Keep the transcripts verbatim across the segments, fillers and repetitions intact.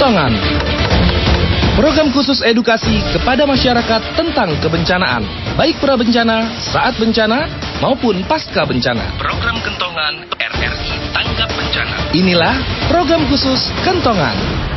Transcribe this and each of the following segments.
Kentongan. Program khusus edukasi kepada masyarakat tentang kebencanaan, baik prabencana, saat bencana, maupun pasca bencana. Program Kentongan R R I Tanggap Bencana. Inilah program khusus Kentongan.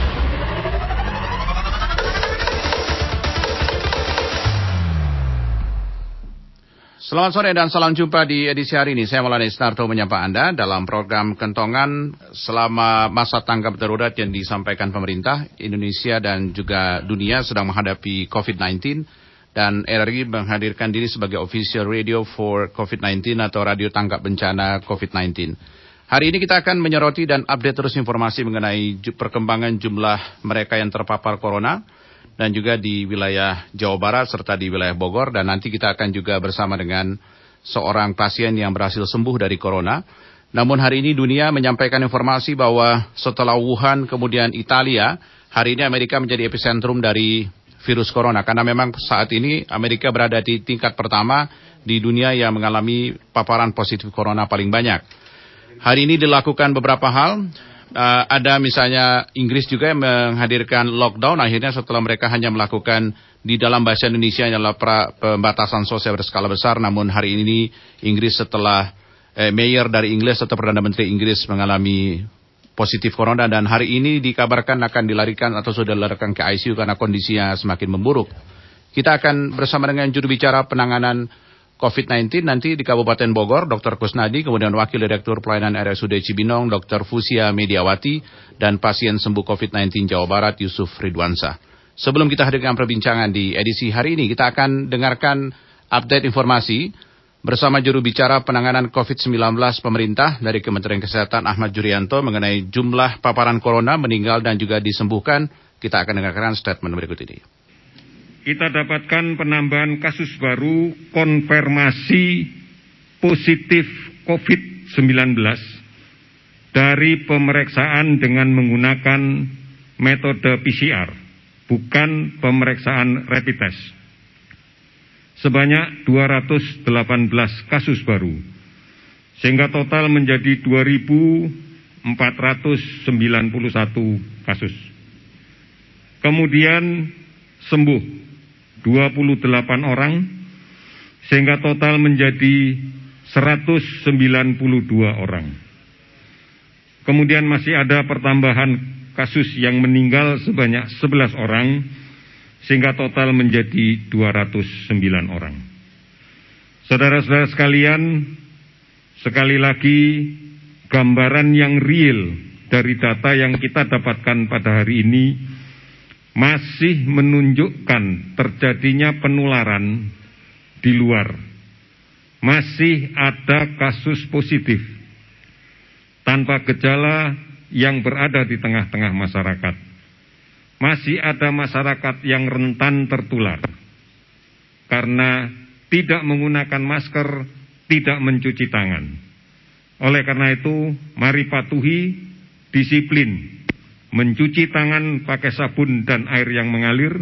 Selamat sore dan salam jumpa di edisi hari ini. Saya Maulana Isnarto menyapa Anda dalam program Kentongan selama masa tanggap darurat yang disampaikan pemerintah. Indonesia dan juga dunia sedang menghadapi covid sembilan belas dan R R I menghadirkan diri sebagai official radio for covid sembilan belas atau radio tanggap bencana covid sembilan belas. Hari ini kita akan menyoroti dan update terus informasi mengenai perkembangan jumlah mereka yang terpapar corona dan juga di wilayah Jawa Barat serta di wilayah Bogor, dan nanti kita akan juga bersama dengan seorang pasien yang berhasil sembuh dari corona. Namun hari ini dunia menyampaikan informasi bahwa setelah Wuhan kemudian Italia, hari ini Amerika menjadi epicentrum dari virus corona, karena memang saat ini Amerika berada di tingkat pertama di dunia yang mengalami paparan positif corona paling banyak. Hari ini dilakukan beberapa hal. Uh, ada misalnya Inggris juga yang menghadirkan lockdown akhirnya setelah mereka hanya melakukan di dalam bahasa Indonesia adalah pra, pembatasan sosial berskala besar. Namun hari ini Inggris setelah eh, Mayor dari Inggris atau Perdana Menteri Inggris mengalami positif corona, dan hari ini dikabarkan akan dilarikan atau sudah dilarikan ke I C U karena kondisinya semakin memburuk. Kita akan bersama dengan juru bicara penanganan covid sembilan belas nanti di Kabupaten Bogor, Doktor Kusnadi, kemudian Wakil Direktur Pelayanan R S U D Cibinong, Doktor Fusia Mediawati, dan pasien sembuh covid sembilan belas Jawa Barat, Yusuf Ridwansyah. Sebelum kita hadirkan perbincangan di edisi hari ini, kita akan dengarkan update informasi bersama juru bicara penanganan covid sembilan belas pemerintah dari Kementerian Kesehatan Ahmad Yuryanto mengenai jumlah paparan corona, meninggal dan juga disembuhkan. Kita akan dengarkan statement berikut ini. Kita dapatkan penambahan kasus baru konfirmasi positif covid sembilan belas dari pemeriksaan dengan menggunakan metode P C R, bukan pemeriksaan rapid test. Sebanyak dua ratus delapan belas kasus baru, sehingga total menjadi dua ribu empat ratus sembilan puluh satu kasus. Kemudian sembuh dua puluh delapan orang, sehingga total menjadi seratus sembilan puluh dua orang. Kemudian masih ada pertambahan kasus yang meninggal sebanyak sebelas orang, sehingga total menjadi dua ratus sembilan orang. Saudara-saudara sekalian, sekali lagi gambaran yang real dari data yang kita dapatkan pada hari ini masih menunjukkan terjadinya penularan di luar. Masih ada kasus positif tanpa gejala yang berada di tengah-tengah masyarakat. Masih ada masyarakat yang rentan tertular karena tidak menggunakan masker, tidak mencuci tangan. Oleh karena itu, mari patuhi disiplin mencuci tangan pakai sabun dan air yang mengalir,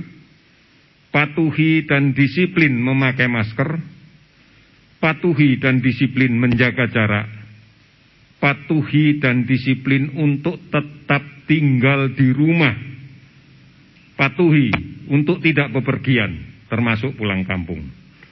patuhi dan disiplin memakai masker, patuhi dan disiplin menjaga jarak, patuhi dan disiplin untuk tetap tinggal di rumah, patuhi untuk tidak bepergian, termasuk pulang kampung.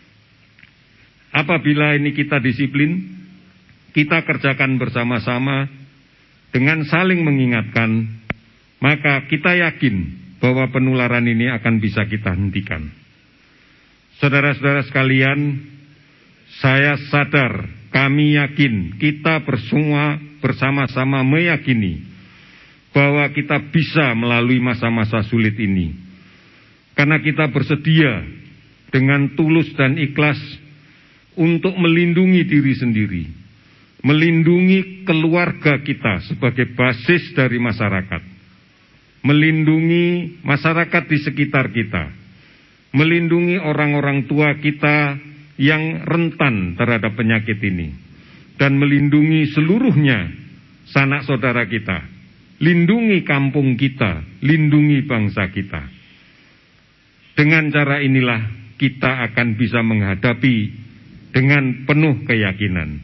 Apabila ini kita disiplin, kita kerjakan bersama-sama dengan saling mengingatkan, maka kita yakin bahwa penularan ini akan bisa kita hentikan. Saudara-saudara sekalian, saya sadar, kami yakin, kita bersama bersama-sama meyakini bahwa kita bisa melalui masa-masa sulit ini. Karena kita bersedia dengan tulus dan ikhlas untuk melindungi diri sendiri, melindungi keluarga kita sebagai basis dari masyarakat, melindungi masyarakat di sekitar kita, melindungi orang-orang tua kita yang rentan terhadap penyakit ini, dan melindungi seluruhnya sanak saudara kita, lindungi kampung kita, lindungi bangsa kita. Dengan cara inilah kita akan bisa menghadapi dengan penuh keyakinan.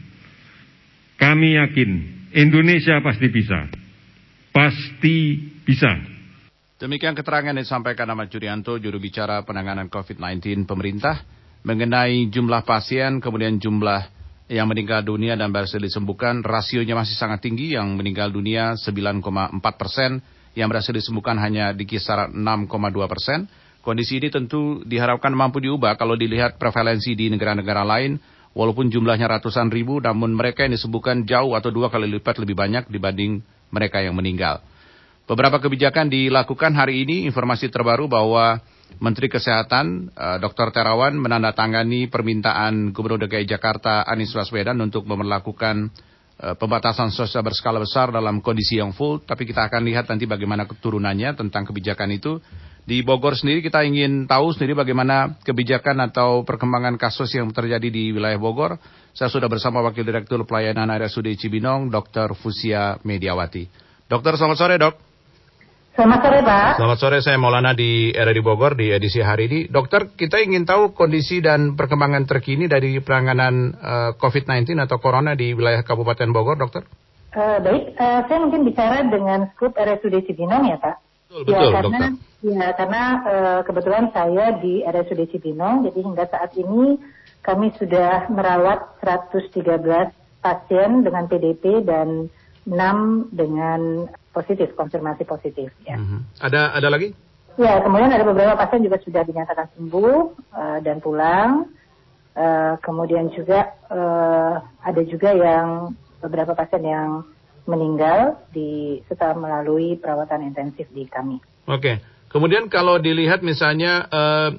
Kami yakin Indonesia pasti bisa. Pasti bisa. Demikian keterangan yang disampaikan Ahmad Yuryanto, juru bicara penanganan covid sembilan belas pemerintah, mengenai jumlah pasien, kemudian jumlah yang meninggal dunia dan berhasil disembuhkan. Rasionya masih sangat tinggi, yang meninggal dunia sembilan koma empat persen, yang berhasil disembuhkan hanya di kisaran enam koma dua persen. Kondisi ini tentu diharapkan mampu diubah kalau dilihat prevalensi di negara-negara lain. Walaupun jumlahnya ratusan ribu, namun mereka yang disembuhkan jauh atau dua kali lipat lebih banyak dibanding mereka yang meninggal. Beberapa kebijakan dilakukan hari ini. Informasi terbaru bahwa Menteri Kesehatan Doktor Terawan menandatangani permintaan Gubernur D K I Jakarta Anies Baswedan untuk memperlakukan pembatasan sosial berskala besar dalam kondisi yang full. Tapi kita akan lihat nanti bagaimana keturunannya tentang kebijakan itu. Di Bogor sendiri kita ingin tahu sendiri bagaimana kebijakan atau perkembangan kasus yang terjadi di wilayah Bogor. Saya sudah bersama Wakil Direktur Pelayanan R S U D Cibinong, Doktor Fusia Mediawati. Dokter, selamat sore, Dok. Selamat sore, Pak. Selamat sore, saya Maulana di R R I Bogor di edisi hari ini. Dokter, kita ingin tahu kondisi dan perkembangan terkini dari penanganan uh, covid sembilan belas atau Corona di wilayah Kabupaten Bogor, Dokter. Uh, baik, uh, saya mungkin bicara dengan skup R S U D Cibinong ya, Pak. Betul, ya, betul, karena, Dokter. Ya, karena uh, kebetulan saya di R S U D Cibinong, jadi hingga saat ini kami sudah merawat seratus tiga belas pasien dengan P D P dan enam dengan positif, konfirmasi positif. Ya. Mm-hmm. Ada ada lagi? Ya, kemudian ada beberapa pasien juga sudah dinyatakan sembuh uh, dan pulang. Uh, kemudian juga uh, ada juga yang beberapa pasien yang meninggal di setelah melalui perawatan intensif di kami. Oke. Kemudian kalau dilihat misalnya uh,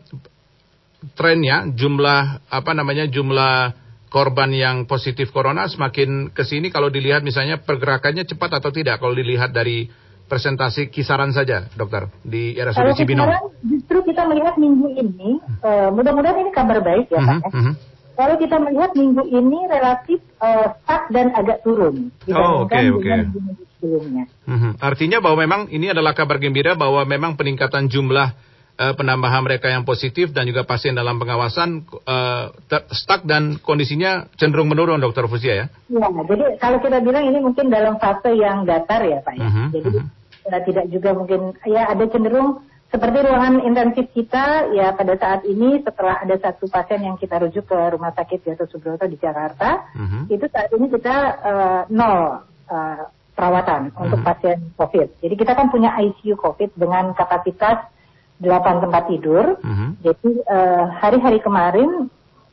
trennya jumlah apa namanya jumlah korban yang positif corona semakin ke sini, kalau dilihat misalnya pergerakannya cepat atau tidak kalau dilihat dari presentasi kisaran saja, Dokter, di R S U D Cibinong. Kalau justru kita melihat minggu ini, uh, mudah-mudahan ini kabar baik ya, mm-hmm, Pak. Ya. Mm-hmm. Kalau kita melihat minggu ini relatif uh, stuck dan agak turun oh, okay, dibandingkan okay. dengan minggu sebelumnya. Mm-hmm. Artinya bahwa memang ini adalah kabar gembira bahwa memang peningkatan jumlah uh, penambahan mereka yang positif dan juga pasien dalam pengawasan uh, ter- stuck dan kondisinya cenderung menurun, Dokter Fusia ya? Ya, jadi kalau kita bilang ini mungkin dalam fase yang datar ya, Pak. Ya. Mm-hmm, jadi mm-hmm. uh, tidak juga mungkin, ya ada cenderung seperti ruangan intensif kita, ya pada saat ini setelah ada satu pasien yang kita rujuk ke Rumah Sakit Gatot Subroto di Jakarta, mm-hmm. itu saat ini kita uh, nol uh, perawatan mm-hmm. untuk pasien COVID. Jadi kita kan punya I C U COVID dengan kapasitas delapan tempat tidur. Mm-hmm. Jadi uh, hari-hari kemarin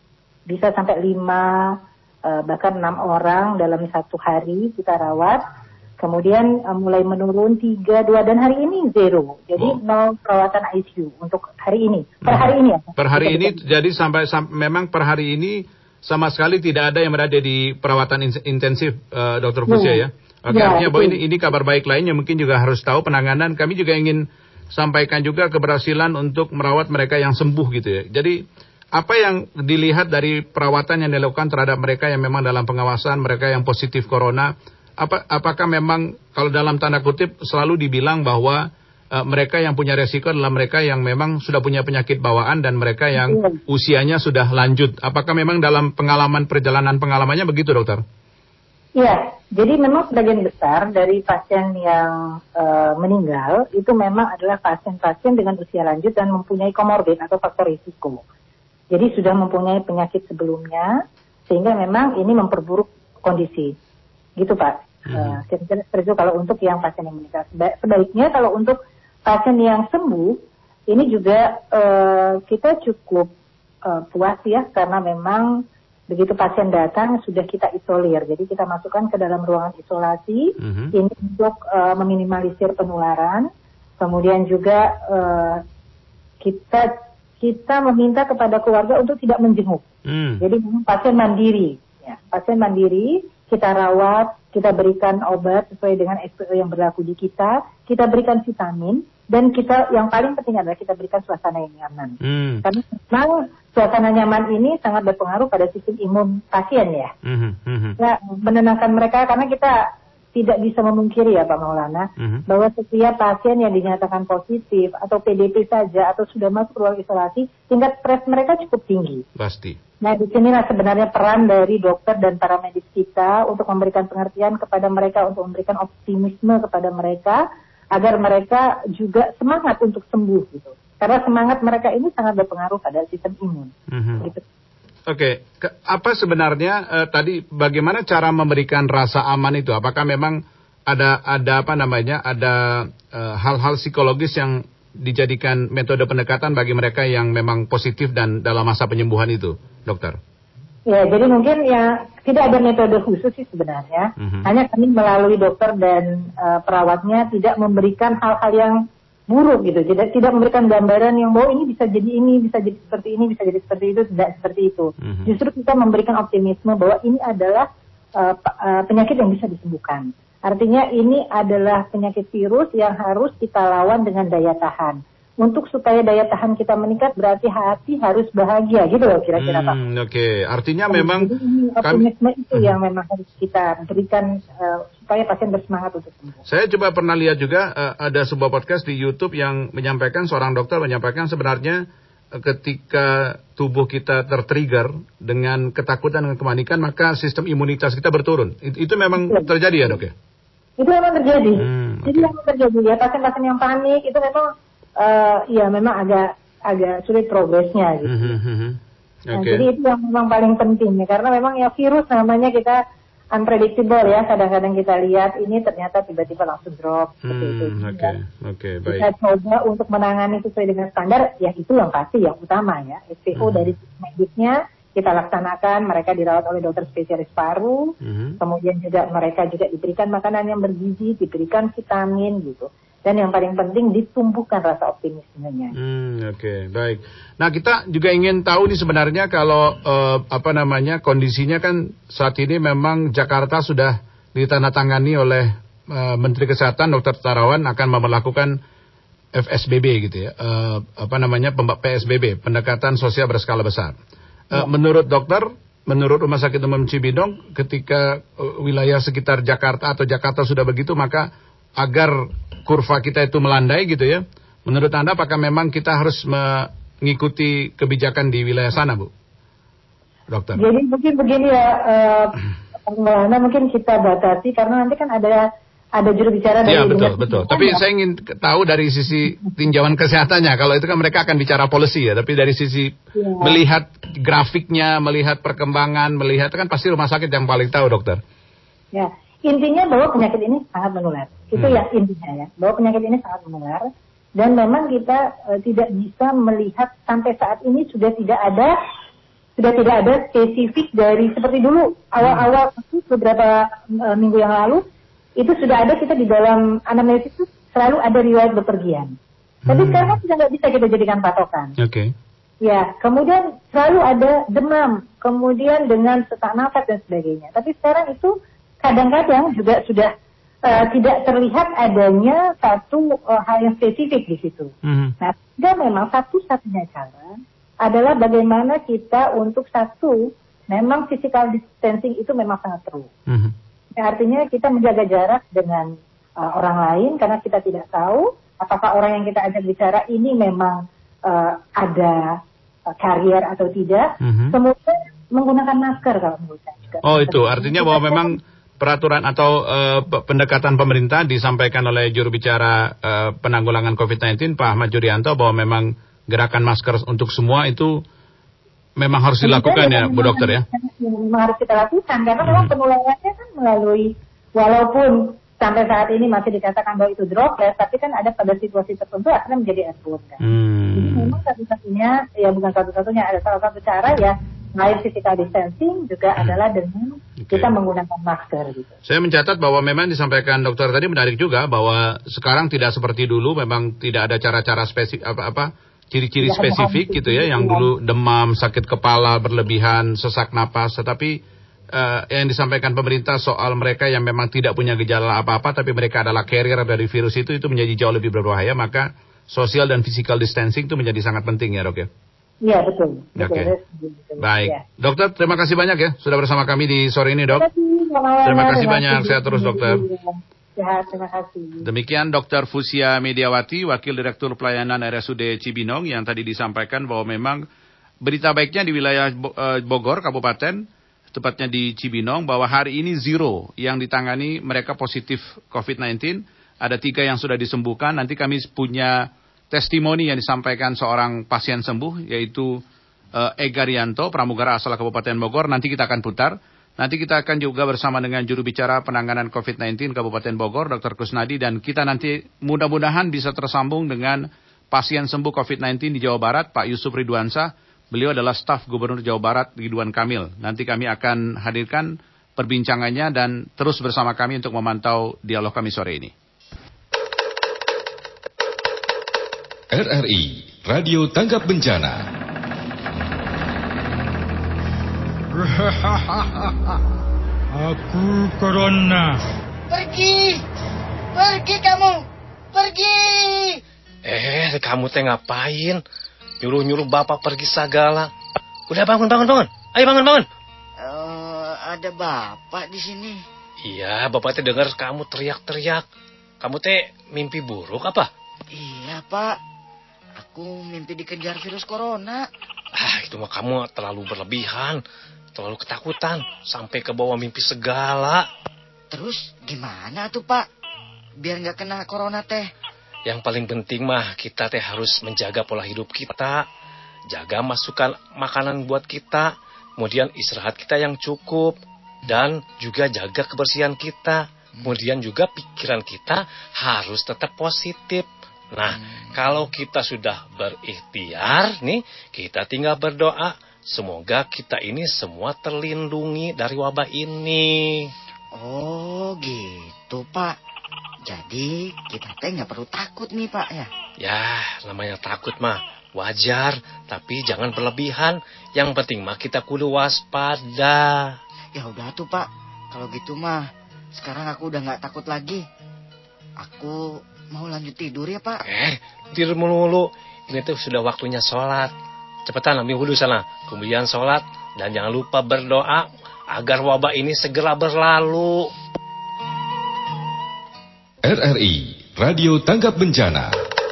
bisa sampai lima uh, bahkan enam orang dalam satu hari kita rawat. Kemudian uh, mulai menurun tiga, dua, dan hari ini zero. Jadi oh. nol perawatan I C U untuk hari ini. Per hari ini ya? Per hari ini, jadi sampai, sampai memang per hari ini sama sekali tidak ada yang berada di perawatan in, intensif, uh, Dokter Fusia ya? Oke, ya, artinya bahwa ini, ini kabar baik lainnya mungkin juga harus tahu penanganan. Kami juga ingin sampaikan juga keberhasilan untuk merawat mereka yang sembuh gitu ya. Jadi apa yang dilihat dari perawatan yang dilakukan terhadap mereka yang memang dalam pengawasan, mereka yang positif corona, Apa, apakah memang kalau dalam tanda kutip selalu dibilang bahwa uh, mereka yang punya resiko adalah mereka yang memang sudah punya penyakit bawaan dan mereka yang iya. usianya sudah lanjut. Apakah memang dalam pengalaman perjalanan pengalamannya begitu, Dokter? Iya, jadi memang sebagian besar dari pasien yang uh, meninggal itu memang adalah pasien-pasien dengan usia lanjut dan mempunyai komorbid atau faktor risiko. Jadi sudah mempunyai penyakit sebelumnya sehingga memang ini memperburuk kondisi. Gitu Pak, hmm. uh, seperti itu kalau untuk yang pasien yang meninggal. Sebaiknya kalau untuk pasien yang sembuh, ini juga uh, kita cukup uh, puas ya, karena memang begitu pasien datang sudah kita isolir. Jadi kita masukkan ke dalam ruangan isolasi, hmm. ini untuk uh, meminimalisir penularan. Kemudian juga uh, kita kita meminta kepada keluarga untuk tidak menjenguk. Hmm. Jadi pasien mandiri, ya, pasien mandiri. Kita rawat, kita berikan obat sesuai dengan S P O yang berlaku di kita, kita berikan vitamin, dan kita yang paling penting adalah kita berikan suasana yang nyaman. Hmm. Karena memang suasana nyaman ini sangat berpengaruh pada sistem imun pasien ya. Hmm. Hmm. Ya, menenangkan mereka, karena kita tidak bisa memungkiri ya Pak Maulana, hmm. bahwa setiap pasien yang dinyatakan positif atau P D P saja atau sudah masuk ruang isolasi, tingkat stres mereka cukup tinggi. Pasti. Nah, di sinilah sebenarnya peran dari dokter dan para medis kita untuk memberikan pengertian kepada mereka, untuk memberikan optimisme kepada mereka, agar mereka juga semangat untuk sembuh gitu. Karena semangat mereka ini sangat berpengaruh pada sistem imun. Mm-hmm. Gitu. Oke, okay. Apa sebenarnya uh, tadi bagaimana cara memberikan rasa aman itu? Apakah memang ada ada apa namanya ada uh, hal-hal psikologis yang dijadikan metode pendekatan bagi mereka yang memang positif dan dalam masa penyembuhan itu, dokter? Ya, jadi mungkin ya tidak ada metode khusus sih sebenarnya. Mm-hmm. Hanya kami melalui dokter dan uh, perawatnya tidak memberikan hal-hal yang buruk gitu. Tidak tidak memberikan gambaran yang bahwa ini bisa jadi ini, bisa jadi seperti ini, bisa jadi seperti itu, tidak seperti itu. Mm-hmm. Justru kita memberikan optimisme bahwa ini adalah uh, uh, penyakit yang bisa disembuhkan. Artinya ini adalah penyakit virus yang harus kita lawan dengan daya tahan. Untuk supaya daya tahan kita meningkat berarti hati harus bahagia gitu loh kira-kira Pak. Hmm, Oke, okay. Artinya nah, memang jadi ini optimisme kami, itu yang memang harus kita berikan uh, supaya pasien bersemangat untuk sembuh. Saya coba pernah lihat juga uh, ada sebuah podcast di YouTube yang menyampaikan, seorang dokter menyampaikan sebenarnya uh, ketika tubuh kita tertrigger dengan ketakutan dan kepanikan maka sistem imunitas kita berturun. Itu, itu memang Betul. terjadi ya dok ya? Itu memang terjadi. Hmm, okay. Jadi memang terjadi ya pasien-pasien yang panik itu memang Uh, ya memang agak agak sulit progresnya gitu. Mm-hmm. Okay. Nah, jadi itu yang memang paling penting ya karena memang ya virus namanya kita unpredictable ya kadang-kadang kita lihat ini ternyata tiba-tiba langsung drop seperti mm, itu. Oke okay. oke okay, baik. Kita coba untuk menangani sesuai dengan standar ya itu yang pasti yang utama ya S P O mm-hmm. dari mediknya kita laksanakan mereka dirawat oleh dokter spesialis paru mm-hmm. kemudian juga mereka juga diberikan makanan yang bergizi diberikan vitamin gitu. Dan yang paling penting ditumbuhkan rasa optimismenya. Hmm, Oke, okay, baik. Nah kita juga ingin tahu nih sebenarnya kalau uh, apa namanya kondisinya kan saat ini memang Jakarta sudah ditandatangani oleh uh, Menteri Kesehatan Dokter Terawan akan melakukan F S B B gitu ya, uh, apa namanya P S B B, pendekatan sosial berskala besar. Uh, ya. Menurut dokter, menurut Rumah Sakit Umum Cibinong, ketika uh, wilayah sekitar Jakarta atau Jakarta sudah begitu maka agar kurva kita itu melandai gitu ya. Menurut Anda apakah memang kita harus mengikuti kebijakan di wilayah sana, Bu? Dokter. Jadi mungkin begini ya, uh, mungkin kita batasi karena nanti kan ada ada juru bicara dari. Iya betul betul. Tapi ya? Saya ingin tahu dari sisi tinjauan kesehatannya. Kalau itu kan mereka akan bicara policy ya. Tapi dari sisi ya. melihat grafiknya, melihat perkembangan, melihat kan pasti rumah sakit yang paling tahu, dokter. Ya. Intinya bahwa penyakit ini sangat menular. Itu hmm. yang intinya ya. Bahwa penyakit ini sangat menular. Dan memang kita uh, tidak bisa melihat sampai saat ini sudah tidak ada sudah tidak ada spesifik dari seperti dulu. Awal-awal hmm. beberapa uh, minggu yang lalu itu sudah ada kita di dalam anamnesis itu selalu ada riwayat bepergian. Hmm. Tapi sekarang sudah nggak bisa kita jadikan patokan. Oke. Okay. Ya, kemudian selalu ada demam, kemudian dengan sesak nafas dan sebagainya. Tapi sekarang itu kadang-kadang juga sudah uh, tidak terlihat adanya satu uh, hal yang spesifik di situ. Mm-hmm. Nah, dan memang satu-satunya cara adalah bagaimana kita untuk satu, memang physical distancing itu memang sangat perlu. Mm-hmm. Ya, artinya kita menjaga jarak dengan uh, orang lain karena kita tidak tahu apakah orang yang kita ajak bicara ini memang uh, ada uh, karier atau tidak. Mm-hmm. Kemudian menggunakan masker kalau menurut saya juga. Oh itu artinya bahwa memang peraturan atau uh, pendekatan pemerintah disampaikan oleh juru bicara uh, penanggulangan covid sembilan belas Pak Ahmad Yuryanto bahwa memang gerakan masker untuk semua itu memang harus dilakukan ya, Bu Dokter ya? Memang harus kita lakukan karena hmm. memang penularannya kan melalui walaupun sampai saat ini masih dikatakan bahwa itu droplet, tapi kan ada pada situasi tertentu akhirnya menjadi airborne kan. Hmm. Jadi memang satu-satunya ya bukan satu-satunya ada salah satu cara ya. Selain physical distancing juga hmm. adalah dengan okay. kita menggunakan masker gitu. Saya mencatat bahwa memang disampaikan dokter tadi menarik juga bahwa sekarang tidak seperti dulu, memang tidak ada cara-cara spesifik apa-apa ciri-ciri ya, spesifik gitu ya, yang dulu demam, sakit kepala berlebihan, sesak napas, tetapi uh, yang disampaikan pemerintah soal mereka yang memang tidak punya gejala apa-apa tapi mereka adalah carrier dari virus itu itu menjadi jauh lebih berbahaya, maka social dan physical distancing itu menjadi sangat penting ya, Dok ya. Iya betul. Oke. Okay. Baik, ya. Dokter terima kasih banyak ya sudah bersama kami di sore ini dok. Terima kasih, terima kasih banyak, sehat terus dokter. Sehat, terima kasih. Demikian Dokter Fusia Mediawati, Wakil Direktur Pelayanan R S U D Cibinong yang tadi disampaikan bahwa memang berita baiknya di wilayah Bogor Kabupaten, tepatnya di Cibinong, bahwa hari ini zero yang ditangani mereka positif covid sembilan belas. ada tiga yang sudah disembuhkan. Nanti kami punya testimoni yang disampaikan seorang pasien sembuh, yaitu uh, Ega Rianto, pramugara asal Kabupaten Bogor. Nanti kita akan putar. Nanti kita akan juga bersama dengan juru bicara penanganan covid sembilan belas Kabupaten Bogor, Dokter Kusnadi. Dan kita nanti mudah-mudahan bisa tersambung dengan pasien sembuh covid sembilan belas di Jawa Barat, Pak Yusuf Ridwansyah. Beliau adalah staf Gubernur Jawa Barat Ridwan Kamil. Nanti kami akan hadirkan perbincangannya dan terus bersama kami untuk memantau dialog kami sore ini. R R I Radio Tanggap Bencana. Aku Corona. Pergi, pergi kamu, pergi. Eh, kamu teh ngapain? Nyuruh-nyuruh bapak pergi segala. Udah bangun, bangun, bangun. Ayo bangun, bangun. Uh, ada bapak di sini. Iya, bapak teh dengar kamu teriak-teriak. Kamu teh mimpi buruk apa? Iya, Pak. Aku mimpi dikejar virus corona. Ah, itu mah kamu terlalu berlebihan. Terlalu ketakutan. Sampai ke bawah mimpi segala. Terus gimana tuh, Pak? Biar nggak kena corona teh. Yang paling penting mah kita teh harus menjaga pola hidup kita. Jaga masukan makanan buat kita. Kemudian istirahat kita yang cukup. Dan juga jaga kebersihan kita. Kemudian juga pikiran kita harus tetap positif. Nah, hmm. kalau kita sudah berikhtiar nih, kita tinggal berdoa. Semoga kita ini semua terlindungi dari wabah ini. Oh gitu, Pak. Jadi kita teh nggak perlu takut nih, Pak, ya? Ya, namanya takut mah wajar, tapi jangan berlebihan. Yang penting mah kita kudu waspada. Ya udah tuh, Pak. Kalau gitu mah sekarang aku udah nggak takut lagi. Aku mau lanjut tidur ya, Pak. Eh, tidur mulu. Ini tuh sudah waktunya sholat. Cepetan ambil wudhu sana. Kemudian sholat dan jangan lupa berdoa agar wabah ini segera berlalu. R R I Radio Tanggap Bencana.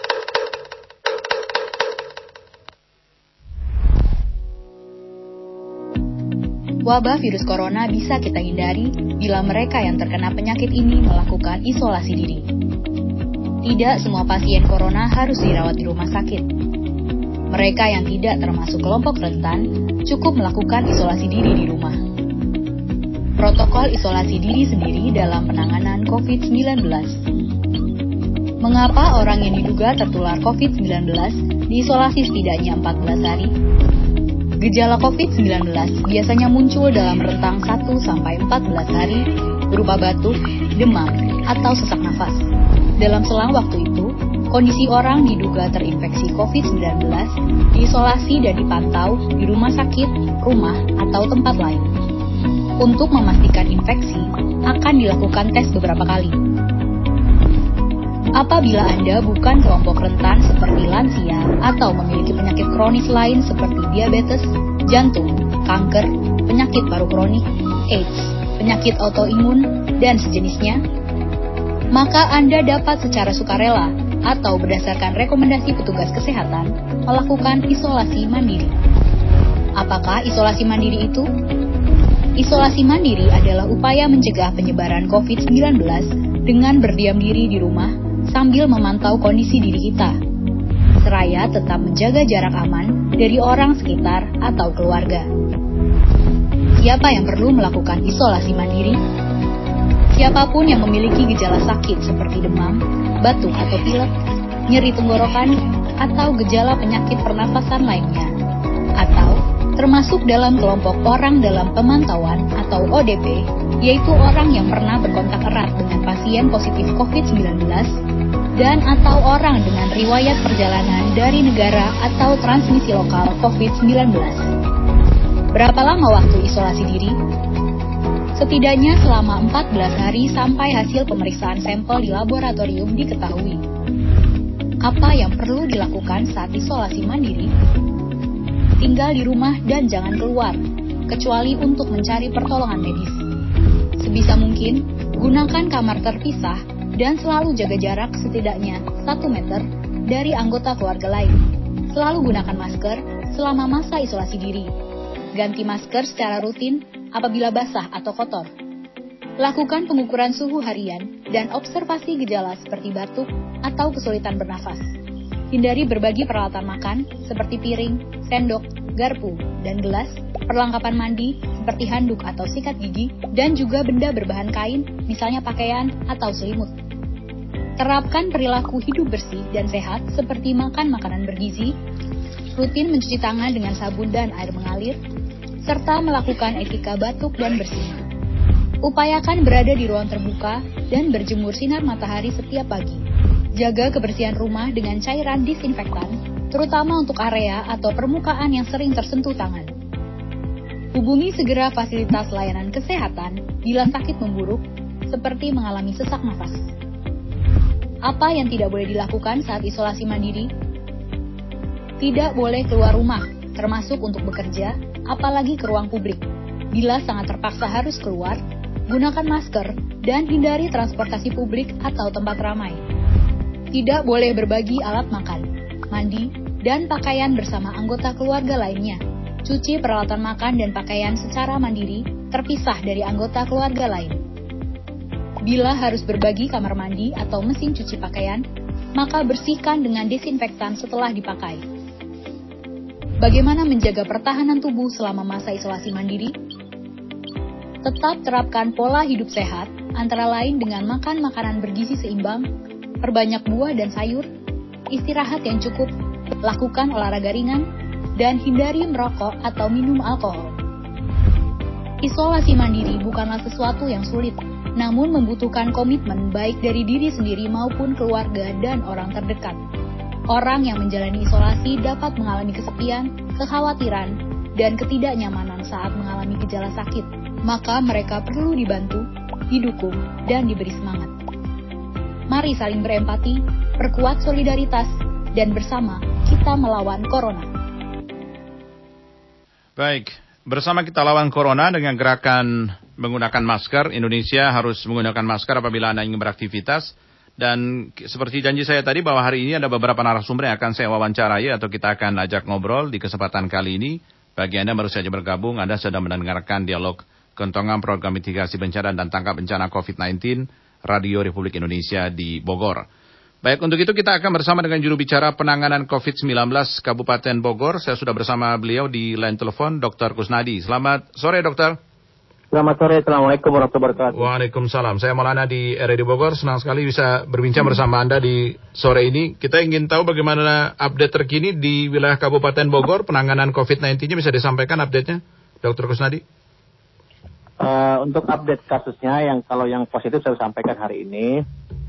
Wabah virus corona bisa kita hindari bila mereka yang terkena penyakit ini melakukan isolasi diri. Tidak semua pasien corona harus dirawat di rumah sakit. Mereka yang tidak termasuk kelompok rentan cukup melakukan isolasi diri di rumah. Protokol isolasi diri sendiri dalam penanganan covid sembilan belas. Mengapa orang yang diduga tertular covid sembilan belas diisolasi setidaknya empat belas hari? Gejala covid sembilan belas biasanya muncul dalam rentang satu sampai empat belas hari berupa batuk, demam, atau sesak nafas. Dalam selang waktu itu, kondisi orang diduga terinfeksi covid sembilan belas diisolasi dan dipantau di rumah sakit, rumah, atau tempat lain. Untuk memastikan infeksi, akan dilakukan tes beberapa kali. Apabila Anda bukan kelompok rentan seperti lansia atau memiliki penyakit kronis lain seperti diabetes, jantung, kanker, penyakit paru kronik, AIDS, penyakit autoimun, dan sejenisnya, maka Anda dapat secara sukarela atau berdasarkan rekomendasi petugas kesehatan melakukan isolasi mandiri. Apakah isolasi mandiri itu? Isolasi mandiri adalah upaya mencegah penyebaran covid sembilan belas dengan berdiam diri di rumah sambil memantau kondisi diri kita, seraya tetap menjaga jarak aman dari orang sekitar atau keluarga. Siapa yang perlu melakukan isolasi mandiri? Siapapun yang memiliki gejala sakit seperti demam, batuk atau pilek, nyeri tenggorokan, atau gejala penyakit pernafasan lainnya, atau termasuk dalam kelompok orang dalam pemantauan atau O D P, yaitu orang yang pernah berkontak erat dengan pasien positif covid sembilan belas dan atau orang dengan riwayat perjalanan dari negara atau transmisi lokal covid sembilan belas. Berapa lama waktu isolasi diri? Setidaknya selama empat belas hari sampai hasil pemeriksaan sampel di laboratorium diketahui. Apa yang perlu dilakukan saat isolasi mandiri? Tinggal di rumah dan jangan keluar, kecuali untuk mencari pertolongan medis. Sebisa mungkin, gunakan kamar terpisah dan selalu jaga jarak setidaknya satu meter dari anggota keluarga lain. Selalu gunakan masker selama masa isolasi diri. Ganti masker secara rutin apabila basah atau kotor. Lakukan pengukuran suhu harian dan observasi gejala seperti batuk atau kesulitan bernafas. Hindari berbagi peralatan makan seperti piring, sendok, garpu, dan gelas, perlengkapan mandi seperti handuk atau sikat gigi, dan juga benda berbahan kain, misalnya pakaian atau selimut. Terapkan perilaku hidup bersih dan sehat seperti makan makanan bergizi, rutin mencuci tangan dengan sabun dan air mengalir, serta melakukan etika batuk dan bersih. Upayakan berada di ruang terbuka dan berjemur sinar matahari setiap pagi. Jaga kebersihan rumah dengan cairan disinfektan, terutama untuk area atau permukaan yang sering tersentuh tangan. Hubungi segera fasilitas layanan kesehatan bila sakit memburuk, seperti mengalami sesak nafas. Apa yang tidak boleh dilakukan saat isolasi mandiri? Tidak boleh keluar rumah, termasuk untuk bekerja, apalagi ke ruang publik. Bila sangat terpaksa harus keluar, gunakan masker dan hindari transportasi publik atau tempat ramai. Tidak boleh berbagi alat makan, mandi, dan pakaian bersama anggota keluarga lainnya. Cuci peralatan makan dan pakaian secara mandiri, terpisah dari anggota keluarga lain. Bila harus berbagi kamar mandi atau mesin cuci pakaian, maka bersihkan dengan desinfektan setelah dipakai. Bagaimana menjaga pertahanan tubuh selama masa isolasi mandiri? Tetap terapkan pola hidup sehat, antara lain dengan makan makanan bergizi seimbang, perbanyak buah dan sayur, istirahat yang cukup, lakukan olahraga ringan, dan hindari merokok atau minum alkohol. Isolasi mandiri bukanlah sesuatu yang sulit, namun membutuhkan komitmen baik dari diri sendiri maupun keluarga dan orang terdekat. Orang yang menjalani isolasi dapat mengalami kesepian, kekhawatiran, dan ketidaknyamanan saat mengalami gejala sakit. Maka mereka perlu dibantu, didukung, dan diberi semangat. Mari saling berempati, perkuat solidaritas, dan bersama kita melawan corona. Baik, bersama kita lawan corona dengan gerakan menggunakan masker. Indonesia harus menggunakan masker apabila Anda ingin beraktivitas. Dan seperti janji saya tadi bahwa hari ini ada beberapa narasumber yang akan saya wawancarai atau kita akan ajak ngobrol di kesempatan kali ini. Bagi Anda baru saja bergabung, Anda sedang mendengarkan dialog Kentongan Program Mitigasi Bencana dan Tangkap Bencana covid sembilan belas Radio Republik Indonesia di Bogor. Baik, untuk itu kita akan bersama dengan juru bicara penanganan covid sembilan belas Kabupaten Bogor. Saya sudah bersama beliau di line telepon, Doktor Kusnadi. Selamat sore, Dokter. Selamat sore, Assalamualaikum warahmatullahi wabarakatuh. Waalaikumsalam. Saya Maulana di R R D Bogor. Senang sekali bisa berbincang bersama Anda di sore ini. Kita ingin tahu bagaimana update terkini di wilayah Kabupaten Bogor. Penanganan covid sembilan belas-nya bisa disampaikan update-nya, Dokter Kusnadi? Uh, untuk update kasusnya, yang kalau yang positif saya sampaikan hari ini.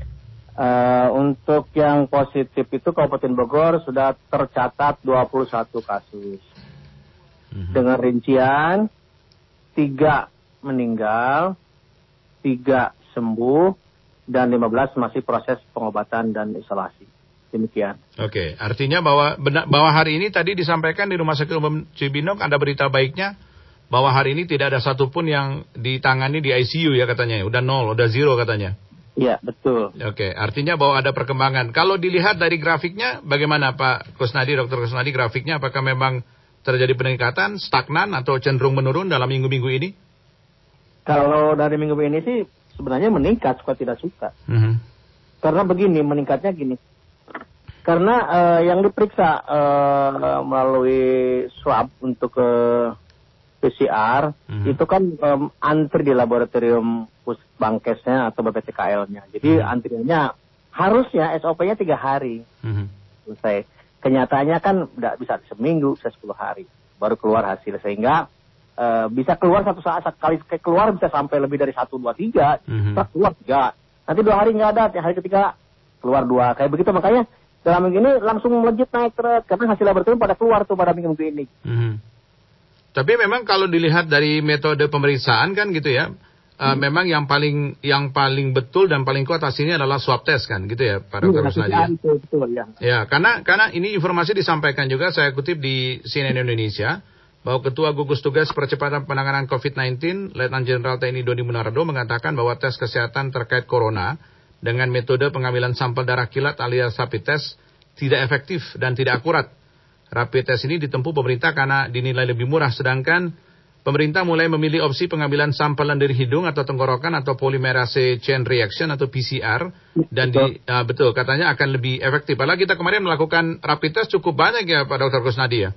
Uh, untuk yang positif itu Kabupaten Bogor sudah tercatat dua puluh satu kasus. Mm-hmm. Dengan rincian tiga meninggal, tiga sembuh, dan lima belas masih proses pengobatan dan isolasi. Demikian. Oke, artinya bahwa bahwa hari ini tadi disampaikan di Rumah Sakit Umum Cibinong ada berita baiknya bahwa hari ini tidak ada satupun yang ditangani di I C U ya katanya, udah nol, udah zero katanya. Iya, betul. Oke, artinya bahwa ada perkembangan. Kalau dilihat dari grafiknya, bagaimana Pak Kusnadi, Dokter Kusnadi, grafiknya apakah memang terjadi peningkatan, stagnan, atau cenderung menurun dalam minggu-minggu ini? Kalau dari minggu ini sih sebenarnya meningkat, suka tidak suka. Mm-hmm. Karena begini, meningkatnya gini. Karena uh, yang diperiksa uh, melalui swab untuk uh, P C R, mm-hmm. itu kan um, antri di laboratorium Pusbangkesnya atau B P T K L-nya. Jadi mm-hmm. antriannya harusnya S O P-nya tiga hari. Mm-hmm. Selesai. Kenyataannya kan tidak bisa seminggu, bisa sepuluh hari baru keluar hasil. Sehingga uh, bisa keluar satu saat, sekali keluar bisa sampai lebih dari satu, dua, tiga. Mm-hmm. Keluar tiga. Nanti dua hari nggak ada, hari ketiga keluar dua. Kayak begitu, makanya dalam minggu ini langsung melejit naik terus. Karena hasil laboratorium pada keluar tuh pada minggu-minggu ini. Mm-hmm. Tapi memang kalau dilihat dari metode pemeriksaan kan gitu ya, hmm. uh, memang yang paling yang paling betul dan paling kuat hasilnya adalah swab test kan gitu ya, Pak Dokter Kusnadi. Ya, betul, betul, ya. Ya, karena karena ini informasi disampaikan juga saya kutip di C N N Indonesia bahwa Ketua Gugus Tugas Percepatan Penanganan covid sembilan belas, Letnan Jenderal T N I Doni Munardo mengatakan bahwa tes kesehatan terkait corona dengan metode pengambilan sampel darah kilat alias rapid test tidak efektif dan tidak akurat. Rapid test ini ditempuh pemerintah karena dinilai lebih murah, sedangkan pemerintah mulai memilih opsi pengambilan sampalan dari hidung atau tenggorokan atau polymerase chain reaction atau P C R dan di uh, betul katanya akan lebih efektif. Padahal kita kemarin melakukan rapid test cukup banyak ya Pak Dokter Kusnadi ya.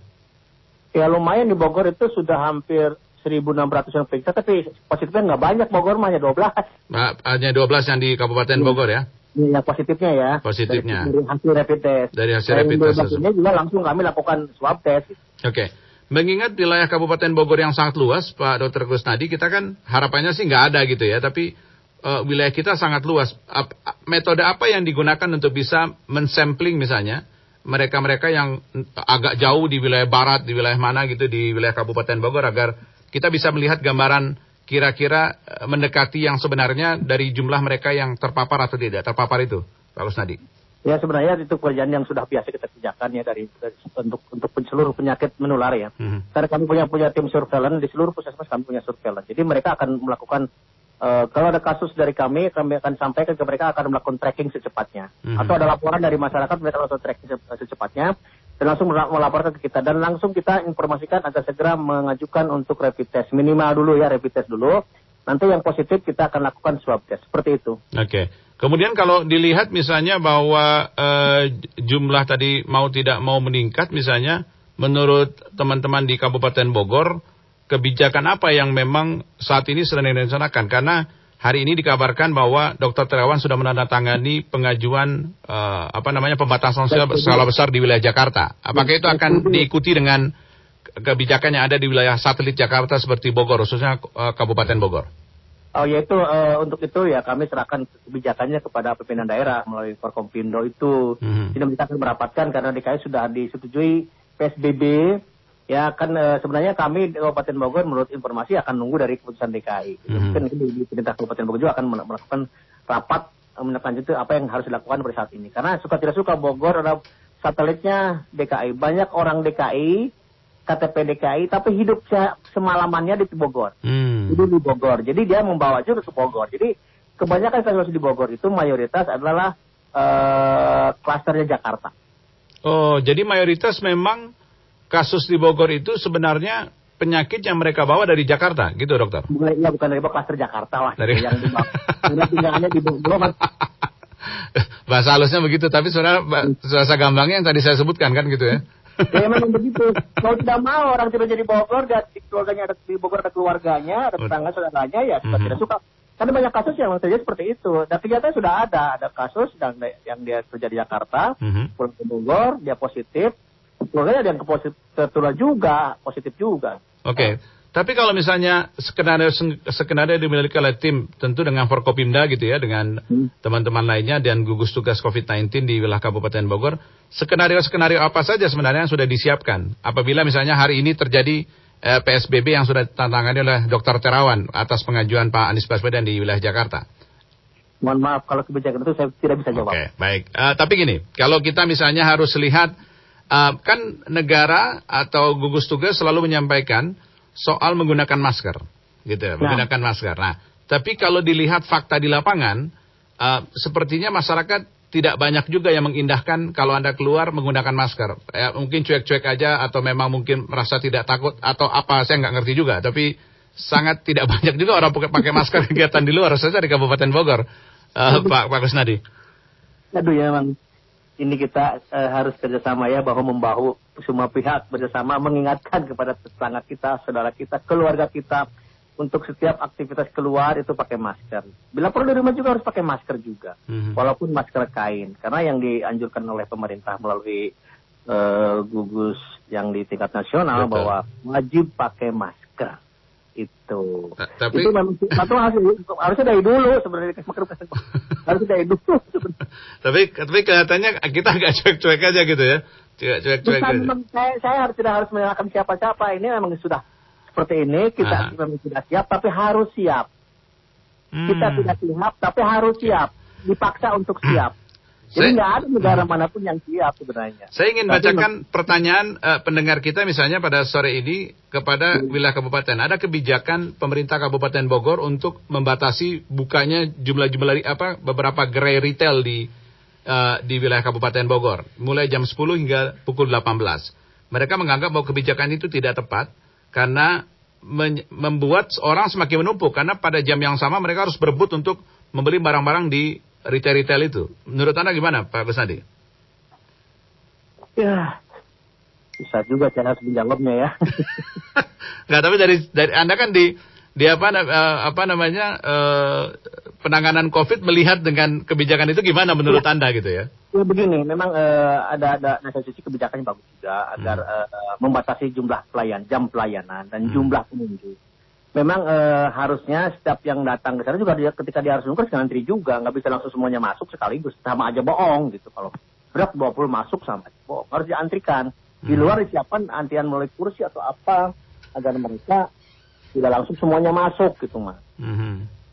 Ya lumayan di Bogor itu sudah hampir seribu enam ratus yang periksa, tapi positifnya nggak banyak. Bogor hanya dua belas. Nah, hanya dua belas yang di Kabupaten Bogor ya? Yang positifnya ya. Positifnya. Dari, dari hasil rapid test. Dari hasil nah, rapid test. Ini juga langsung kami lakukan swab test. Oke. Okay. Mengingat wilayah Kabupaten Bogor yang sangat luas, Pak Dokter Kusnadi, kita kan harapannya sih nggak ada gitu ya, tapi uh, wilayah kita sangat luas. Ap, metode apa yang digunakan untuk bisa mensampling misalnya mereka-mereka yang agak jauh di wilayah barat, di wilayah mana gitu, di wilayah Kabupaten Bogor, agar kita bisa melihat gambaran kira-kira mendekati yang sebenarnya dari jumlah mereka yang terpapar atau tidak terpapar itu, Pak Kusnadi? Ya sebenarnya itu pekerjaan yang sudah biasa kita kerjakan ya dari, dari untuk untuk seluruh penyakit menular ya. Mm-hmm. Karena kami punya punya tim surveillance di seluruh puskesmas, kami punya surveillance. Jadi mereka akan melakukan uh, kalau ada kasus dari kami, kami akan sampaikan ke mereka, akan melakukan tracking secepatnya. Mm-hmm. Atau ada laporan dari masyarakat, mereka lakukan tracking secepatnya dan langsung melaporkan ke kita, dan langsung kita informasikan agar segera mengajukan untuk rapid test minimal dulu ya, rapid test dulu. Nanti yang positif kita akan lakukan swab test seperti itu. Oke. Okay. Kemudian kalau dilihat misalnya bahwa uh, jumlah tadi mau tidak mau meningkat misalnya, menurut teman-teman di Kabupaten Bogor, kebijakan apa yang memang saat ini sedang direncanakan? Karena hari ini dikabarkan bahwa Dokter Terawan sudah menandatangani pengajuan uh, apa namanya pembatasan sosial skala besar di wilayah Jakarta. Apakah itu akan diikuti dengan kebijakan yang ada di wilayah satelit Jakarta seperti Bogor, khususnya uh, Kabupaten Bogor? Oh yaitu uh, untuk itu ya kami serahkan kebijakannya kepada pimpinan daerah melalui Forkompindo itu. Hmm. Tidak bisa kami merapatkan karena D K I sudah disetujui P S B B. Ya kan uh, sebenarnya kami di Kabupaten Bogor menurut informasi akan nunggu dari keputusan D K I. Hmm. Mungkin di pemerintah Kabupaten Bogor juga akan melakukan rapat menindaklanjuti apa yang harus dilakukan pada saat ini. Karena suka tidak suka Bogor adalah satelitnya D K I. Banyak orang D K I, K T P D K I, tapi hidup semalamannya di Bogor. Hmm. Hidup di Bogor. Jadi dia membawa juga ke Bogor. Jadi kebanyakan kasus di Bogor itu mayoritas adalah uh, klasternya Jakarta. Oh, jadi mayoritas memang kasus di Bogor itu sebenarnya penyakit yang mereka bawa dari Jakarta, gitu dokter? Bukan, ya bukan dari klaster Jakarta lah. Dari... yang dibawa. Karena tinggalnya di Bogor. Bahasa halusnya begitu, tapi sebenarnya bahasa gampangnya yang tadi saya sebutkan kan gitu ya? Ya memang begitu. Kalau tidak mau orang tidak jadi Bogor, dan di keluarganya ada di Bogor ada keluarganya, ada tetangga saudaranya, ya suka mm-hmm. tidak suka. Karena banyak kasus yang terjadi seperti itu. Dan ternyata sudah ada, ada kasus yang, yang dia kerja di Jakarta, mm-hmm. pulang ke Bogor, dia positif, keluarganya ada yang positif tertular juga, positif juga. Oke. Okay. Nah. Tapi kalau misalnya skenario skenario dimiliki oleh tim tentu dengan Forkopimda gitu ya, dengan hmm. teman-teman lainnya dan gugus tugas covid sembilan belas di wilayah Kabupaten Bogor, skenario-skenario apa saja sebenarnya yang sudah disiapkan apabila misalnya hari ini terjadi eh, P S B B yang sudah ditantangani oleh Dokter Terawan atas pengajuan Pak Anies Baswedan di wilayah Jakarta? Mohon maaf kalau kebijakan itu saya tidak bisa jawab. Oke, okay, baik. Uh, tapi gini, kalau kita misalnya harus lihat uh, kan negara atau gugus tugas selalu menyampaikan soal menggunakan masker, gitu ya, nah. menggunakan masker. Nah, tapi kalau dilihat fakta di lapangan, uh, sepertinya masyarakat tidak banyak juga yang mengindahkan kalau Anda keluar menggunakan masker. Ya, mungkin cuek-cuek aja atau memang mungkin merasa tidak takut atau apa, saya nggak ngerti juga. Tapi sangat tidak banyak juga orang pakai masker kegiatan di luar, saja di Kabupaten Bogor, uh, Pak Pak Kusnadi. Aduh ya, Bang. Ini kita uh, harus kerjasama ya, bahwa membahu semua pihak bersama mengingatkan kepada tetangga kita, saudara kita, keluarga kita untuk setiap aktivitas keluar itu pakai masker. Bila perlu di rumah juga harus pakai masker juga, mm-hmm. walaupun masker kain. Karena yang dianjurkan oleh pemerintah melalui uh, gugus yang di tingkat nasional, betul, bahwa wajib pakai masker. Itu. Nah, tapi itu memang satu harus harusnya dari dulu sebenarnya harus dari dulu sebenarnya. tapi tapi kelihatannya kita agak cuek-cuek aja gitu ya. Cuek-cuek aja. Memang saya saya harus tidak harus menyalahkan siapa-siapa. Ini memang sudah seperti ini, kita Aha. memang tidak siap tapi harus siap. Hmm. Kita tidak siap tapi harus siap. Dipaksa untuk siap. Jadi nggak ada negara hmm. manapun yang siap sebenarnya. Saya ingin Tapi bacakan men- pertanyaan uh, pendengar kita misalnya pada sore ini kepada hmm. wilayah kabupaten. Ada kebijakan pemerintah Kabupaten Bogor untuk membatasi bukanya jumlah-jumlah apa beberapa gerai retail di uh, di wilayah Kabupaten Bogor, mulai jam sepuluh hingga pukul delapan belas. Mereka menganggap bahwa kebijakan itu tidak tepat karena men- membuat orang semakin menumpuk karena pada jam yang sama mereka harus berebut untuk membeli barang-barang di retail-retail itu. Menurut Anda gimana, Pak Kusnadi? Ya, bisa juga saya harus menjawabnya ya. Nggak, tapi dari dari Anda kan di di apa apa namanya eh, penanganan COVID melihat dengan kebijakan itu gimana menurut ya. Anda gitu ya? Ya begini, memang eh, ada ada dari sisi kebijakannya bagus juga agar hmm. eh, membatasi jumlah pelayan, jam pelayanan dan hmm. jumlah pengunjung. Memang eh, harusnya setiap yang datang ke sana juga dia, ketika dia harus nunggu harus ngantri juga, nggak bisa langsung semuanya masuk sekaligus, sama aja bohong gitu. Kalau berat dua puluh masuk sama aja bohong, harus diantrikan. Di luar disiapkan antrian melalui kursi atau apa agar mereka tidak langsung semuanya masuk gitu Mas. Mm-hmm.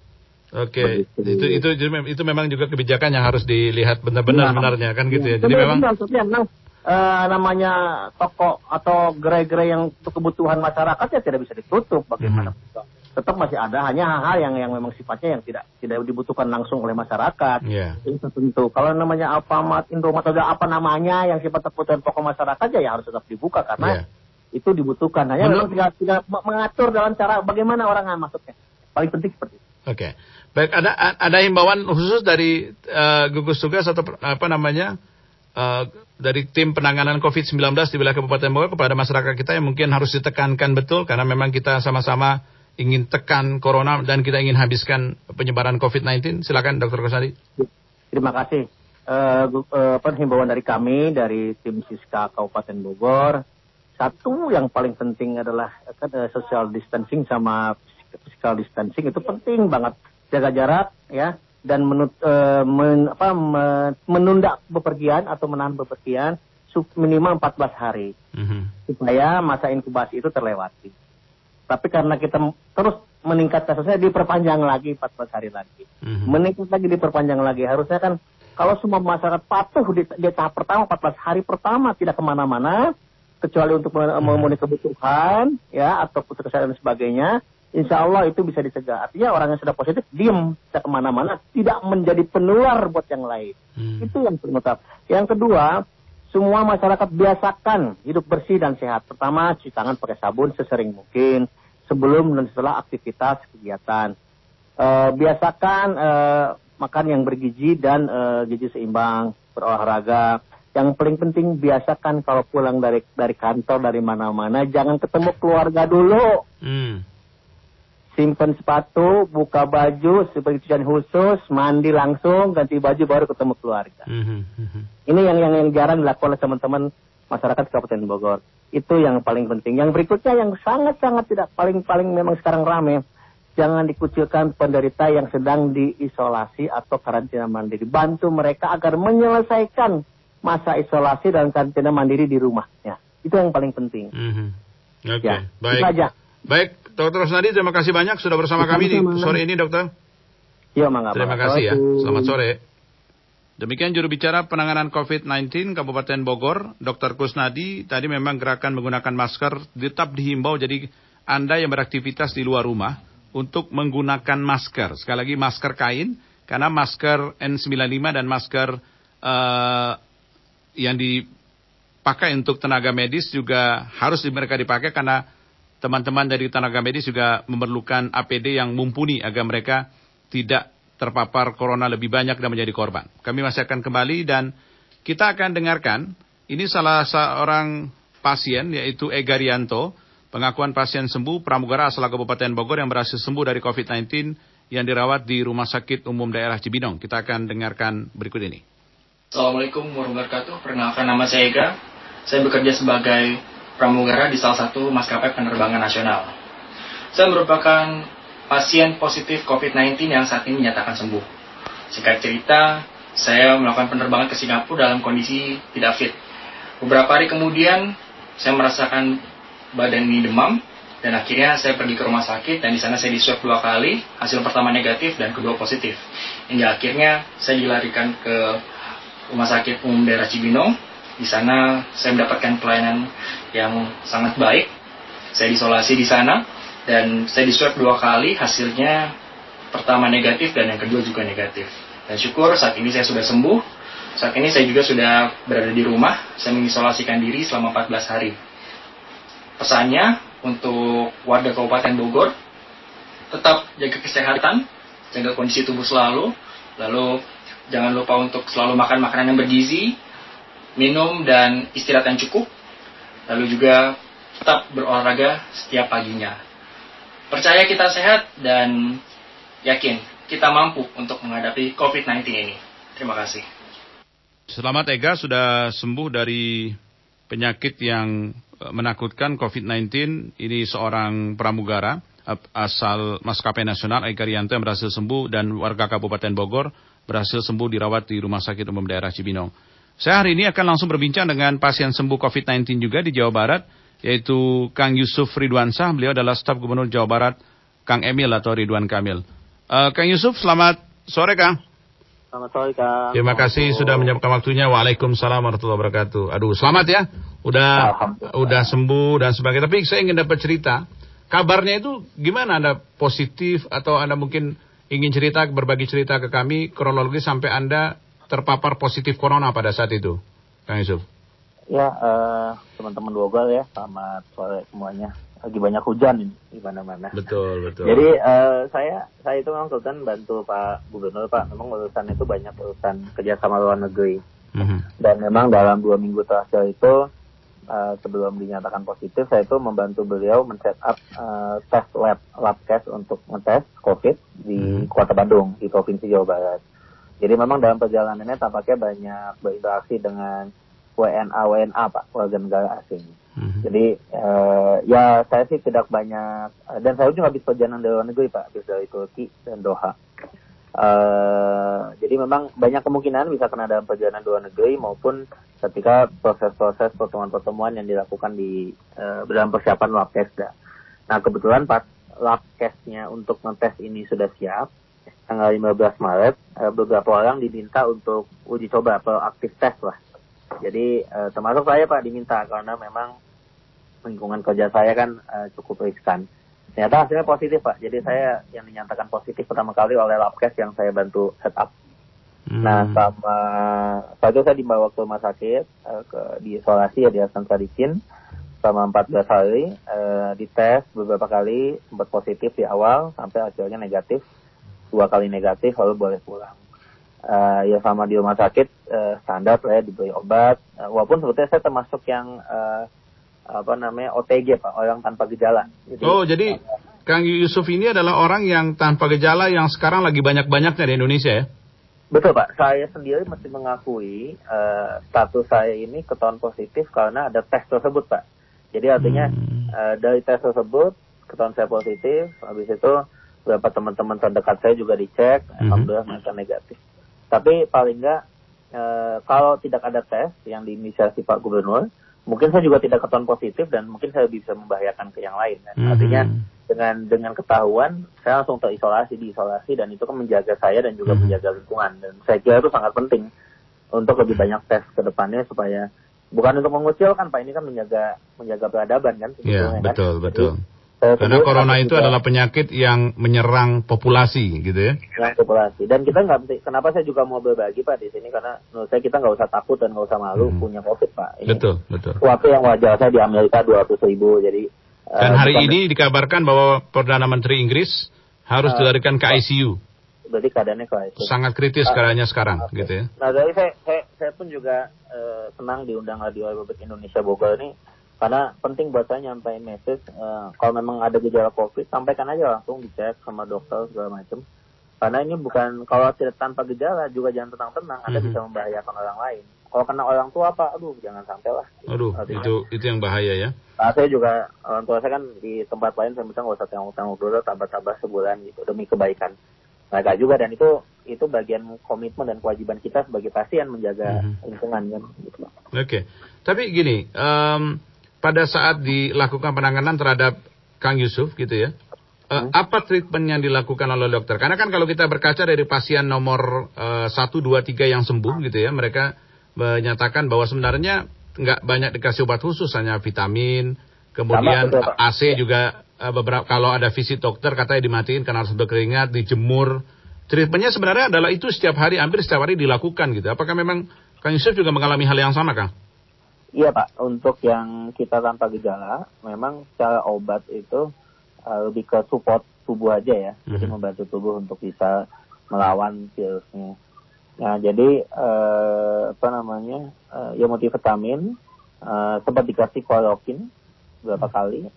Oke, okay. itu itu itu memang juga kebijakan yang harus dilihat benar-benar nah, benarnya kan gitu ya. ya. Jadi memang maksudnya memang uh, namanya toko atau gerai-gerai yang untuk kebutuhan masyarakat ya tidak bisa ditutup bagaimana. Mm-hmm. Tetap masih ada, hanya hal-hal yang yang memang sifatnya yang tidak tidak dibutuhkan langsung oleh masyarakat. Yeah. Itu tentu. Kalau namanya Alfamart, Indomaret atau apa namanya yang sifat kebutuhan pokok masyarakat ya, ya harus tetap dibuka karena yeah. itu dibutuhkan. Hanya memang tidak, tidak mengatur dalam cara bagaimana orang masuknya. Paling penting seperti itu. Oke. Okay. Baik, ada ada himbauan khusus dari uh, gugus tugas atau apa namanya uh, dari tim penanganan covid sembilan belas di wilayah Kabupaten Bogor kepada masyarakat kita yang mungkin harus ditekankan betul karena memang kita sama-sama ingin tekan corona dan kita ingin habiskan penyebaran covid sembilan belas. Silakan Dokter Kusnadi. Terima kasih. Uh, uh, himbauan dari kami dari tim Siska Kabupaten Bogor. Satu yang paling penting adalah kan, uh, social distancing sama physical distancing itu penting banget. Jaga jarak ya dan menut, uh, men, apa, men, menunda bepergian atau menahan bepergian minimal empat belas hari. Mm-hmm. Supaya masa inkubasi itu terlewati. Tapi karena kita terus meningkat kasusnya diperpanjang lagi empat belas hari lagi. Mm-hmm. Meningkat lagi diperpanjang lagi. Harusnya kan kalau semua masyarakat patuh di, di tahap pertama empat belas hari pertama tidak kemana-mana kecuali untuk memenuhi kebutuhan ya atau kesehatan dan sebagainya, insya Allah itu bisa dicegah. Artinya orang yang sudah positif diem tidak kemana-mana, tidak menjadi penular buat yang lain. Mm. Itu yang pertama. Yang kedua, semua masyarakat biasakan hidup bersih dan sehat. Pertama, cuci tangan pakai sabun sesering mungkin sebelum dan setelah aktivitas kegiatan. E, biasakan e, makan yang bergizi dan e, gizi seimbang, berolahraga. Yang paling penting biasakan kalau pulang dari dari kantor dari mana-mana jangan ketemu keluarga dulu. Hmm. Simpan sepatu, buka baju, seperti cucian khusus, mandi langsung, ganti baju baru ketemu keluarga. Hmm. Hmm. Ini yang, yang yang jarang dilakukan oleh teman-teman masyarakat Kabupaten Bogor. Itu yang paling penting. Yang berikutnya yang sangat-sangat tidak paling-paling memang sekarang ramai. Jangan dikucilkan penderita yang sedang diisolasi atau karantina mandiri. Bantu mereka agar menyelesaikan masa isolasi dan karantina mandiri di rumahnya. Itu yang paling penting. Mm-hmm. Oke, okay. Ya, baik. Aja. Baik, Dokter Kusnadi, terima kasih banyak sudah bersama kami di sore ini, Dokter. Iya, Mangga. Terima kasih ya. Selamat sore. Demikian juru bicara penanganan covid sembilan belas Kabupaten Bogor, Dokter Kusnadi. Tadi memang gerakan menggunakan masker tetap dihimbau, jadi Anda yang beraktivitas di luar rumah untuk menggunakan masker. Sekali lagi masker kain, karena masker N sembilan puluh lima dan masker uh, yang dipakai untuk tenaga medis juga harus mereka dipakai karena teman-teman dari tenaga medis juga memerlukan A P D yang mumpuni agar mereka tidak terpapar corona lebih banyak dan menjadi korban. Kami masih akan kembali dan kita akan dengarkan ini salah seorang pasien yaitu Ega Rianto, pengakuan pasien sembuh pramugara asal Kabupaten Bogor yang berhasil sembuh dari covid sembilan belas yang dirawat di Rumah Sakit Umum Daerah Cibinong. Kita akan dengarkan berikut ini. Assalamualaikum warahmatullahi wabarakatuh. Perkenalkan nama saya Ega. Saya bekerja sebagai pramugara di salah satu maskapai penerbangan nasional. Saya merupakan pasien positif covid sembilan belas yang saat ini dinyatakan sembuh. Singkat cerita, saya melakukan penerbangan ke Singapura dalam kondisi tidak fit. Beberapa hari kemudian, saya merasakan badan ini demam, dan akhirnya saya pergi ke rumah sakit, dan di sana saya diswab dua kali, hasil pertama negatif dan kedua positif. Hingga akhirnya saya dilarikan ke Rumah Sakit Umum Daerah Cibinong. Di sana saya mendapatkan pelayanan yang sangat baik. Saya diisolasi di sana dan saya diswab dua kali, hasilnya pertama negatif dan yang kedua juga negatif. Dan syukur saat ini saya sudah sembuh. Saat ini saya juga sudah berada di rumah. Saya mengisolasikan diri selama empat belas hari. Pesannya untuk warga Kabupaten Bogor, tetap jaga kesehatan, jaga kondisi tubuh selalu, lalu jangan lupa untuk selalu makan makanan yang bergizi, minum dan istirahat yang cukup, lalu juga tetap berolahraga setiap paginya. Percaya kita sehat dan yakin kita mampu untuk menghadapi covid sembilan belas ini. Terima kasih. Selamat Ega, sudah sembuh dari penyakit yang menakutkan covid sembilan belas. Ini seorang pramugara asal Maskapai Nasional, Ega Rianto, yang berhasil sembuh, dan warga Kabupaten Bogor berhasil sembuh dirawat di Rumah Sakit Umum Daerah Cibinong. Saya hari ini akan langsung berbincang dengan pasien sembuh covid sembilan belas juga di Jawa Barat, yaitu Kang Yusuf Ridwansyah. Beliau adalah staf Gubernur Jawa Barat, Kang Emil atau Ridwan Kamil. Uh, Kang Yusuf, selamat sore, Kang. Selamat sore, Kang. Terima kasih sudah menyempatkan waktunya. Waalaikumsalam warahmatullahi wabarakatuh. Aduh, selamat ya. Udah udah sembuh dan sebagainya. Tapi saya ingin dapat cerita. Kabarnya itu gimana? Anda positif atau Anda mungkin ingin cerita, berbagi cerita ke kami kronologi sampai Anda terpapar positif corona pada saat itu, Kang Yusuf? Ya, uh, teman-teman Bogor ya, selamat sore semuanya. Lagi banyak hujan ini di mana-mana. Betul, betul. Jadi uh, saya saya itu memang kebetulan bantu Pak Gubernur, Pak. Memang urusan itu banyak urusan kerjasama luar negeri. Mm-hmm. Dan memang dalam dua minggu terakhir itu uh, sebelum dinyatakan positif, saya itu membantu beliau men-set up uh, tes lab lab test untuk ngetes COVID di mm-hmm. Kota Bandung, di Provinsi Jawa Barat. Jadi memang dalam perjalanannya tampaknya banyak berinteraksi dengan W N A W N A, Pak, warga negara asing. Mm-hmm. Jadi uh, ya saya sih tidak banyak, uh, dan saya juga habis perjalanan dari luar negeri, Pak, habis dari Turki dan Doha. Uh, jadi memang banyak kemungkinan bisa kena dalam perjalanan luar negeri maupun ketika proses-proses pertemuan-pertemuan yang dilakukan di uh, dalam persiapan lab test. Nah kebetulan pas lab testnya untuk ngetes ini sudah siap, tanggal lima belas Maret, uh, beberapa orang diminta untuk uji coba proaktif tes lah. Jadi uh, termasuk saya, Pak, diminta karena memang lingkungan kerja saya kan uh, cukup riskan. Ternyata hasilnya positif, Pak. Jadi saya yang dinyatakan positif pertama kali oleh labkes yang saya bantu set up. Hmm. Nah, sama saat itu saya dibawa ke rumah sakit, uh, ke diisolasi ya di Hasan Sadikin selama empat belas hari, uh, dites beberapa kali, sempat positif di awal sampai hasilnya negatif, dua kali negatif lalu boleh pulang. Uh, ya sama di rumah sakit uh, standar lah ya, diberi obat. Uh, walaupun sebetulnya saya termasuk yang uh, apa namanya O T G, Pak, orang tanpa gejala. Jadi, oh, jadi uh, Kang Yusuf ini adalah orang yang tanpa gejala yang sekarang lagi banyak-banyaknya di Indonesia ya? Betul, Pak. Saya sendiri mesti mengakui uh, status saya ini ketahuan positif karena ada tes tersebut, Pak. Jadi artinya hmm. uh, dari tes tersebut ketahuan saya positif. Habis itu beberapa teman-teman terdekat saya juga dicek, hmm. alhamdulillah mereka negatif. Tapi paling enggak e, kalau tidak ada tes yang diinisiasi Pak Gubernur, mungkin saya juga tidak ketahuan positif dan mungkin saya bisa membahayakan ke yang lain. Kan? Mm-hmm. Artinya dengan dengan ketahuan saya langsung terisolasi, diisolasi, dan itu kan menjaga saya dan juga mm-hmm. menjaga lingkungan. Dan saya kira itu sangat penting untuk lebih banyak tes ke depannya supaya bukan untuk mengucilkan, Pak, ini kan menjaga menjaga peradaban kan. Iya, betul, kan? betul. Jadi, karena corona itu juga adalah penyakit yang menyerang populasi, gitu ya? Menyerang populasi. Dan kita nggak, kenapa saya juga mau berbagi, Pak, di sini, karena menurut saya kita nggak usah takut dan nggak usah malu hmm. punya COVID, Pak. Ini betul, betul. Suatu yang wajar. Saya di Amerika dua ratus ribu, jadi. Dan uh, hari bukan, ini dikabarkan bahwa Perdana Menteri Inggris harus uh, dilarikan ke I C U. Berarti keadaannya ke I C U. Sangat kritis uh, keadaannya sekarang, okay. gitu ya? Nah, dari saya, saya, saya pun juga uh, senang diundang Radio Republik Indonesia Bogor ini. Karena penting buat saya nyampaikan message, uh, kalau memang ada gejala COVID, sampaikan aja langsung, dicek sama dokter segala macam. Karena ini bukan, kalau tidak tanpa gejala juga jangan tenang-tenang, Anda mm-hmm. bisa membahayakan orang lain. Kalau kena orang tua, Pak, aduh jangan sampai lah. Aduh, artinya, itu itu yang bahaya ya. Nah, saya juga, orang tua saya kan di tempat lain, saya minta nggak usah tanggung-tanggung dulu, tambah-tambah sebulan gitu, demi kebaikan mereka juga. Dan itu itu bagian komitmen dan kewajiban kita sebagai pasien menjaga mm-hmm. lingkungan kan. Gitu. Oke, okay. Tapi gini, um, pada saat dilakukan penanganan terhadap Kang Yusuf gitu ya, uh, hmm. apa treatment yang dilakukan oleh dokter? Karena kan kalau kita berkaca dari pasien nomor uh, satu, dua, tiga yang sembuh gitu ya, mereka menyatakan bahwa sebenarnya nggak banyak dikasih obat khusus, hanya vitamin, kemudian sama, A C juga uh, beberapa, kalau ada visit dokter katanya dimatiin karena harus berkeringat, dijemur. Treatmentnya sebenarnya adalah itu setiap hari, hampir setiap hari dilakukan gitu. Apakah memang Kang Yusuf juga mengalami hal yang sama, Kang? Iya Pak, untuk yang kita tanpa gejala, memang secara obat itu uh, lebih ke support tubuh aja ya, mm-hmm. jadi membantu tubuh untuk bisa melawan virusnya. Nah jadi uh, apa namanya, uh, ya multivitamin, uh, sempat dikasih kloroquine beberapa kali,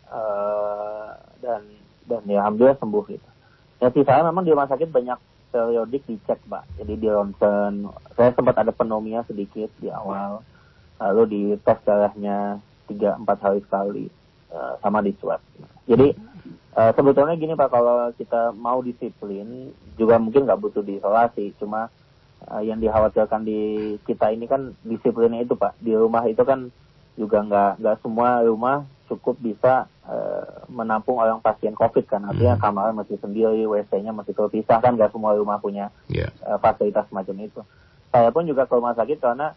uh, dan dan ya alhamdulillah sembuh gitu. Ya sisanya memang di rumah sakit banyak periodik dicek Pak, jadi di ronsen, saya sempat ada pneumonia sedikit di awal. Lalu di tes darahnya tiga empat hari sekali, uh, sama di swab. Jadi uh, sebetulnya gini Pak, kalau kita mau disiplin juga mungkin nggak butuh diisolasi. Cuma uh, yang dikhawatirkan di kita ini kan disiplinnya itu Pak. Di rumah itu kan juga nggak nggak semua rumah cukup bisa uh, menampung orang pasien COVID kan. Artinya kamarnya masih sendiri, W C-nya masih terpisah kan. Nggak semua rumah punya yeah. uh, fasilitas semacam itu. Saya pun juga ke rumah sakit karena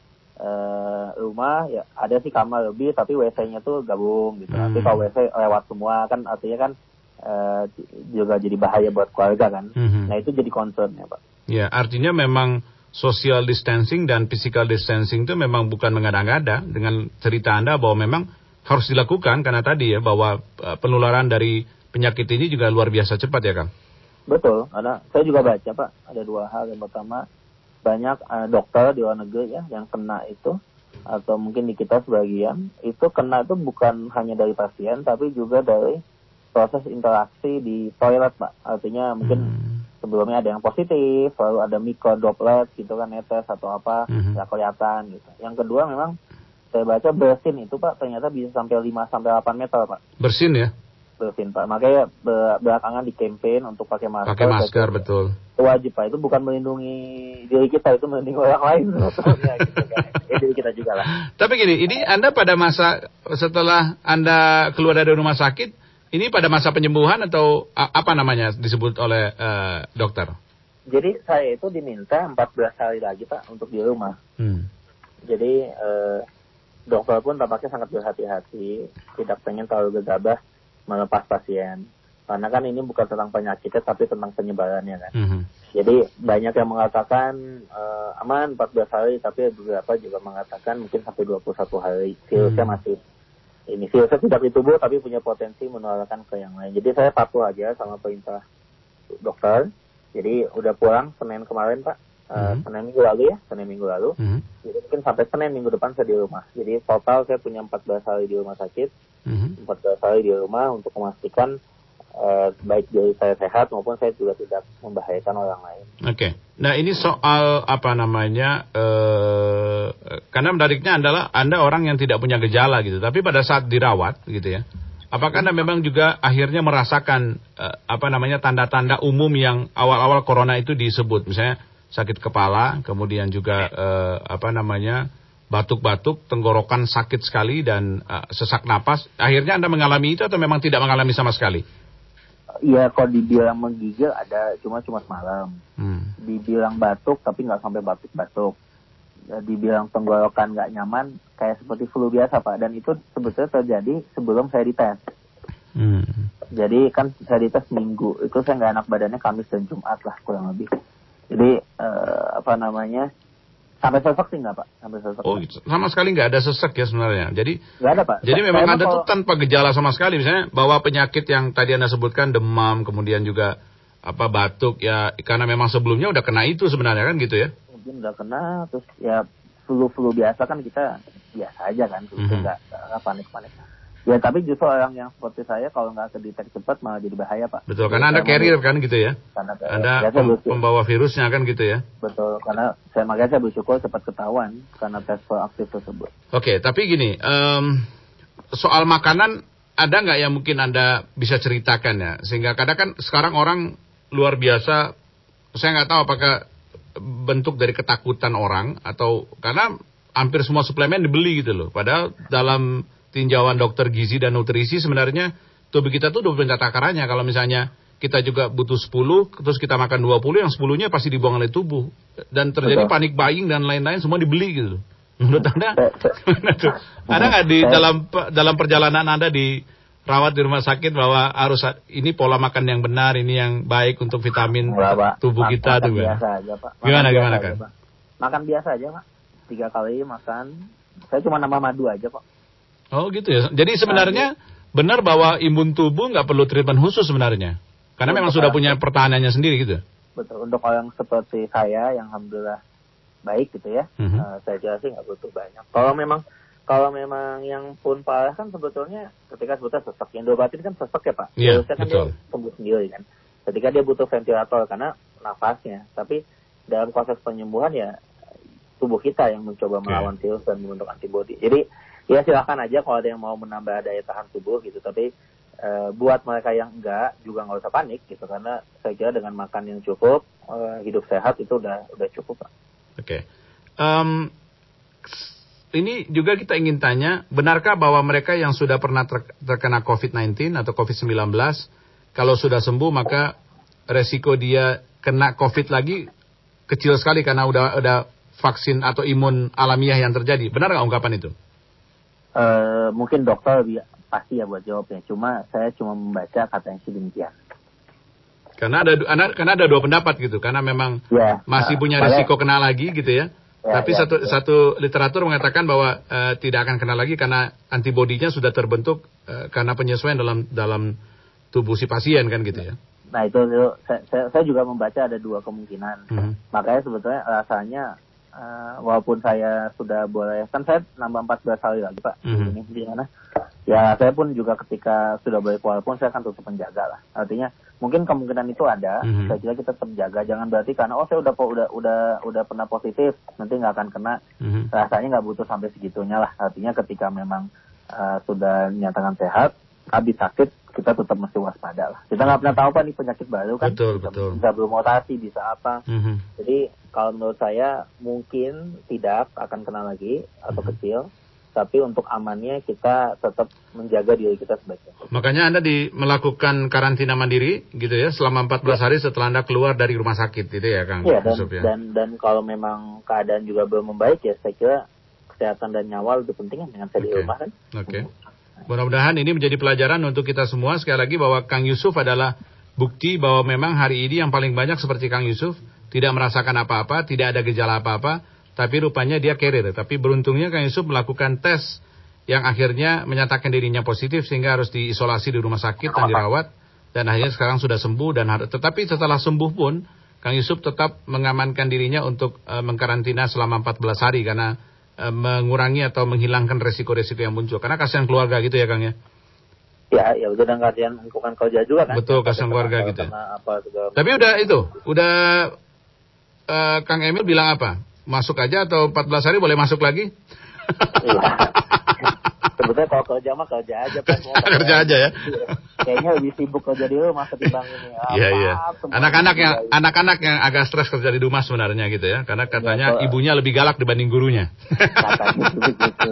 Uh, rumah ya ada sih kamar lebih tapi W C-nya tuh gabung gitu. Hmm. Tapi kalau W C lewat semua kan artinya kan uh, juga jadi bahaya buat keluarga kan. Hmm. Nah itu jadi concern ya Pak. Ya artinya memang social distancing dan physical distancing itu memang bukan mengada-ngada dengan cerita Anda bahwa memang harus dilakukan karena tadi ya bahwa uh, penularan dari penyakit ini juga luar biasa cepat ya Kang. Betul, karena saya juga baca Pak ada dua hal. Yang pertama banyak uh, dokter di luar negeri ya yang kena itu, atau mungkin di kita sebagian itu kena itu bukan hanya dari pasien tapi juga dari proses interaksi di toilet Pak. Artinya mungkin hmm. sebelumnya ada yang positif, lalu ada mikrodroplet gitu kan, netes atau apa hmm. nggak kelihatan gitu. Yang kedua memang saya baca bersin itu Pak ternyata bisa sampai lima sampai delapan meter Pak. Bersin ya? Bersin Pak. Makanya belakangan di campaign untuk pakai masker. Pakai masker betul. Itu wajib Pak. Itu bukan melindungi diri kita, itu melindungi orang lain sebetulnya gitu kan. Ya diri kita juga lah. Tapi gini, ini Anda pada masa setelah Anda keluar dari rumah sakit, ini pada masa penyembuhan atau apa namanya disebut oleh uh, dokter? Jadi saya itu diminta empat belas hari lagi Pak untuk di rumah. Hmm. Jadi uh, dokter pun tampaknya sangat berhati-hati, tidak pengen terlalu gegabah melepas pasien. Karena kan ini bukan tentang penyakitnya tapi tentang penyebarannya kan. Mm-hmm. Jadi banyak yang mengatakan uh, aman empat belas hari, tapi beberapa juga mengatakan mungkin sampai dua puluh satu hari. Virusnya mm-hmm. masih ini virusnya tidak di tubuh tapi punya potensi menularkan ke yang lain. Jadi saya patuh aja sama perintah dokter. Jadi udah pulang Senin kemarin Pak. Uh, mm-hmm. Senin minggu lalu ya, Senin minggu lalu. Mm-hmm. Jadi mungkin sampai Senin minggu depan saya di rumah. Jadi total saya punya empat belas hari di rumah sakit. Mm-hmm. empat belas hari di rumah untuk memastikan uh, baik diri saya sehat maupun saya juga tidak membahayakan orang lain. Oke, okay. Nah ini soal apa namanya, uh, karena menariknya adalah Anda orang yang tidak punya gejala gitu, tapi pada saat dirawat gitu ya, apakah Anda memang juga akhirnya merasakan uh, apa namanya tanda-tanda umum yang awal-awal corona itu disebut, misalnya sakit kepala, kemudian juga uh, apa namanya batuk-batuk, tenggorokan sakit sekali dan uh, sesak napas. Akhirnya Anda mengalami itu atau memang tidak mengalami sama sekali? Iya, kalau dibilang menggigil ada cuma cuma semalam. Hmm. Dibilang batuk tapi nggak sampai batuk-batuk. Dibilang tenggorokan nggak nyaman kayak seperti flu biasa Pak. Dan itu sebetulnya terjadi sebelum saya dites. Hmm. Jadi kan saya dites Minggu. Itu saya nggak enak badannya Kamis dan Jumat lah kurang lebih. Jadi uh, apa namanya? Sampai sesek sih nggak Pak? Sampai sesek. Oh, gitu. Sama sekali nggak ada sesek ya sebenarnya. Jadi nggak ada Pak. Jadi saya memang Anda tuh tanpa gejala sama sekali. Misalnya bawa penyakit yang tadi Anda sebutkan demam, kemudian juga apa batuk ya, karena memang sebelumnya udah kena itu sebenarnya kan gitu ya? Mungkin udah kena, terus ya flu-flu biasa kan kita biasa aja kan, terus mm-hmm. nggak nggak panik-panik. Ya tapi justru orang yang seperti saya kalau nggak kedetek cepat malah jadi bahaya Pak. Betul, karena Anda carrier kan gitu ya? Karena Anda ya, pem- pembawa virusnya kan gitu ya? Betul, karena saya makanya saya bersyukur cepat ketahuan karena tes proaktif tersebut. Oke, tapi gini, um, soal makanan ada nggak yang mungkin Anda bisa ceritakan ya? Sehingga kadang kan sekarang orang luar biasa, saya nggak tahu apakah bentuk dari ketakutan orang atau karena hampir semua suplemen dibeli gitu loh. Padahal dalam tinjauan dokter gizi dan nutrisi sebenarnya tubuh kita tuh udah punya takarannya. Kalau misalnya kita juga butuh sepuluh, terus kita makan dua puluh, yang sepuluhnya pasti dibuang oleh tubuh. Dan terjadi Betul. Panik buying dan lain-lain, semua dibeli gitu. Menurut Anda, ada nggak di dalam dalam perjalanan Anda di rawat di rumah sakit bahwa harus ini pola makan yang benar, ini yang baik untuk vitamin Enggak, tubuh kita tuh biasa aja, Pak. Gimana gimana kan? Makan biasa aja Pak. Tiga kali makan Saya cuma nambah madu aja kok. Oh gitu ya. Jadi sebenarnya nah, benar bahwa imun tubuh nggak perlu treatment khusus sebenarnya, karena memang sudah punya pertahanannya sendiri gitu. Betul. Untuk orang seperti saya yang alhamdulillah baik gitu ya, mm-hmm. uh, saya kira sih nggak butuh banyak. Kalau memang kalau memang yang pun parah kan sebetulnya ketika sebetulnya sesek, yang diobatin kan sesek ya Pak. Iya, kan betul. Dia sembuh sendiri kan. Ketika dia butuh ventilator karena nafasnya, tapi dalam proses penyembuhan ya tubuh kita yang mencoba okay. melawan virus dan membentuk antibodi. Jadi ya silakan aja kalau ada yang mau menambah daya tahan tubuh gitu, tapi uh, buat mereka yang enggak juga nggak usah panik gitu, karena saya kira dengan makan yang cukup, uh, hidup sehat itu udah udah cukup Pak. Oke, okay. um, ini juga kita ingin tanya, benarkah bahwa mereka yang sudah pernah ter- terkena covid sembilan belas atau covid sembilan belas, kalau sudah sembuh maka resiko dia kena COVID lagi kecil sekali karena udah udah vaksin atau imun alamiah yang terjadi? Benar nggak ungkapan itu? Uh, mungkin dokter lebih pasti ya buat jawabnya. Cuma saya cuma membaca katanya sih demikian. Karena ada karena ada dua pendapat gitu, karena memang ya, masih punya risiko kena lagi gitu ya. ya Tapi ya, satu ya. satu literatur mengatakan bahwa uh, tidak akan kena lagi karena antibodinya sudah terbentuk uh, karena penyesuaian dalam dalam tubuh si pasien kan gitu ya. Nah itu, itu saya, saya, saya juga membaca ada dua kemungkinan. Hmm. Makanya sebetulnya rasanya uh, walaupun saya sudah boleh, kan saya nambah empat belas hari lagi Pak. Hmm. Ini gimana? Ya saya pun juga ketika sudah boleh keluar pun saya akan tetap menjaga lah. Artinya mungkin kemungkinan itu ada, mm-hmm. saya kira kita tetap jaga. Jangan berarti karena oh saya udah udah udah udah pernah positif nanti nggak akan kena. Mm-hmm. Rasanya nggak butuh sampai segitunya lah. Artinya ketika memang uh, sudah dinyatakan sehat, habis sakit kita tetap mesti waspada lah. Kita nggak pernah tahu kan ini penyakit baru kan. Betul, bisa, betul. bisa bermutasi, bisa apa. Mm-hmm. Jadi kalau menurut saya mungkin tidak akan kena lagi atau mm-hmm. kecil. Tapi untuk amannya kita tetap menjaga diri kita sebaik-baiknya. Makanya Anda di, melakukan karantina mandiri gitu ya selama empat belas ya. Hari setelah Anda keluar dari rumah sakit itu ya Kang? Iya dan, ya? dan dan kalau memang keadaan juga belum membaik ya saya kira kesehatan dan nyawa lebih penting dengan saya okay. di rumah kan. Oke. Okay. Mudah-mudahan ini menjadi pelajaran untuk kita semua sekali lagi bahwa Kang Yusuf adalah bukti bahwa memang hari ini yang paling banyak seperti Kang Yusuf tidak merasakan apa-apa, tidak ada gejala apa-apa. Tapi rupanya dia carrier. Tapi beruntungnya Kang Yusuf melakukan tes yang akhirnya menyatakan dirinya positif sehingga harus diisolasi di rumah sakit dan dirawat. Dan akhirnya sekarang sudah sembuh. Dan harus, tetapi setelah sembuh pun Kang Yusuf tetap mengamankan dirinya untuk uh, mengkarantina selama empat belas hari. Karena uh, mengurangi atau menghilangkan resiko-resiko yang muncul. Karena kasihan keluarga gitu ya Kang ya? Ya, ya udah dan kasihan lingkungan kerja juga kan. Betul, kasihan keluarga gitu. Apa, tapi udah itu, udah uh, Kang Emil bilang apa? Masuk aja atau empat belas hari boleh masuk lagi? Iya. Sebetulnya kalau kerja mah kerja aja Pak. Kerja aja ya. Kayaknya lebih sibuk kerja di rumah ketimbang ini. Iya iya. Anak-anak yang anak-anak yang agak stres kerja di rumah sebenarnya gitu ya. Karena katanya ya, ibunya lebih galak dibanding gurunya. Katanya gitu gitu.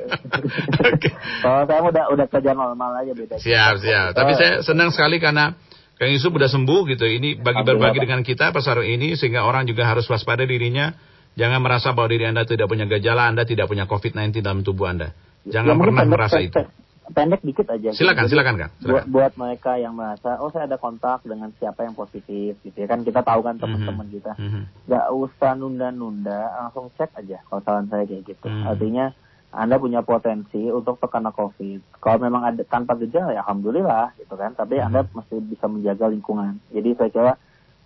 Okay. Kalau saya udah udah kerja normal aja beda. Siap siap. Tapi saya senang sekali karena Kang Yusuf udah sembuh gitu. Ini bagi berbagi dengan kita pasar ini sehingga orang juga harus waspada dirinya. Jangan merasa bahwa diri Anda tidak punya gejala, Anda tidak punya covid sembilan belas dalam tubuh Anda. Jangan ya, pernah pendek, merasa itu. Pendek dikit aja. Silakan, gitu. silakan Kang. Buat, buat mereka yang merasa, oh saya ada kontak dengan siapa yang positif, gitu ya kan kita tahu kan teman-teman mm-hmm. kita. Mm-hmm. Gak usah nunda-nunda, langsung cek aja. Kalau saran saya kayak gitu. Mm-hmm. Artinya Anda punya potensi untuk terkena COVID. Kalau memang ada tanpa gejala, ya alhamdulillah, gitu kan. Tapi mm-hmm. Anda mesti bisa menjaga lingkungan. Jadi saya kira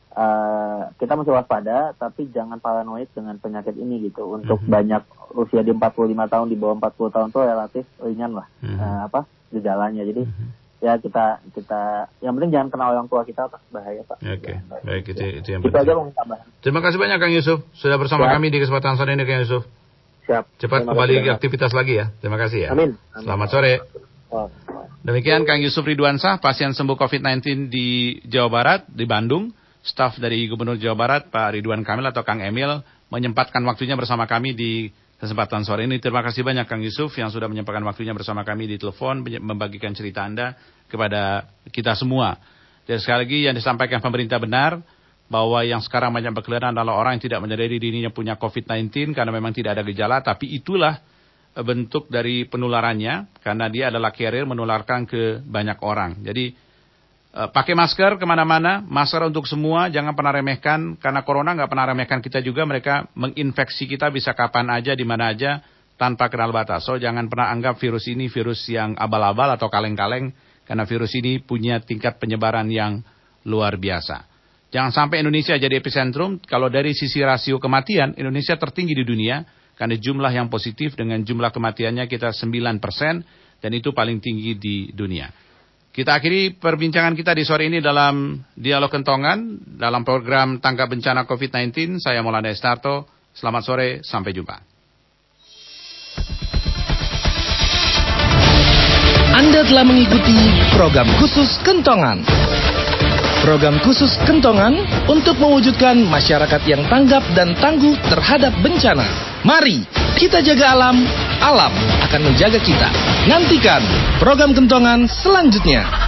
Uh, kita mesti waspada, tapi jangan paranoid dengan penyakit ini gitu. Untuk mm-hmm. banyak usia di empat puluh lima tahun, di bawah empat puluh tahun itu relatif ringan lah mm-hmm. uh, apa gejalanya. Jadi mm-hmm. ya kita kita yang penting jangan kena orang tua kita Pak, bahaya Pak. Oke, okay. Baik itu ya. itu yang penting. Itu aja mau tambah. Terima kasih banyak Kang Yusuf sudah bersama Siap. kami di kesempatan sore ini Kang Yusuf. Siap. Cepat Terima kembali ke aktivitas lagi ya. Terima kasih ya. Amin. Amin. Selamat sore. Oh. Demikian Kang Yusuf Ridwansyah, pasien sembuh covid sembilan belas di Jawa Barat, di Bandung. Staf dari Gubernur Jawa Barat, Pak Ridwan Kamil atau Kang Emil, menyempatkan waktunya bersama kami di kesempatan sore ini. Terima kasih banyak Kang Yusuf yang sudah menyempatkan waktunya bersama kami di telepon, membagikan cerita Anda kepada kita semua. Dan sekali lagi yang disampaikan pemerintah benar, bahwa yang sekarang banyak berkeliaran adalah orang yang tidak menyadari dirinya punya covid sembilan belas karena memang tidak ada gejala, tapi itulah bentuk dari penularannya, karena dia adalah carrier menularkan ke banyak orang. Jadi, Uh, pakai masker kemana-mana, masker untuk semua, jangan pernah remehkan, karena corona nggak pernah remehkan kita juga, mereka menginfeksi kita bisa kapan aja, di mana aja, tanpa kenal batas. So jangan pernah anggap virus ini virus yang abal-abal atau kaleng-kaleng, karena virus ini punya tingkat penyebaran yang luar biasa. Jangan sampai Indonesia jadi epicentrum. Kalau dari sisi rasio kematian, Indonesia tertinggi di dunia, karena jumlah yang positif dengan jumlah kematiannya kita sembilan persen, dan itu paling tinggi di dunia. Kita akhiri perbincangan kita di sore ini dalam Dialog Kentongan, dalam program Tanggap Bencana covid sembilan belas. Saya Maulana Estarto, selamat sore, sampai jumpa. Anda telah mengikuti program khusus Kentongan. Program khusus Kentongan untuk mewujudkan masyarakat yang tanggap dan tangguh terhadap bencana. Mari kita jaga alam, alam akan menjaga kita. Nantikan program Kentongan selanjutnya.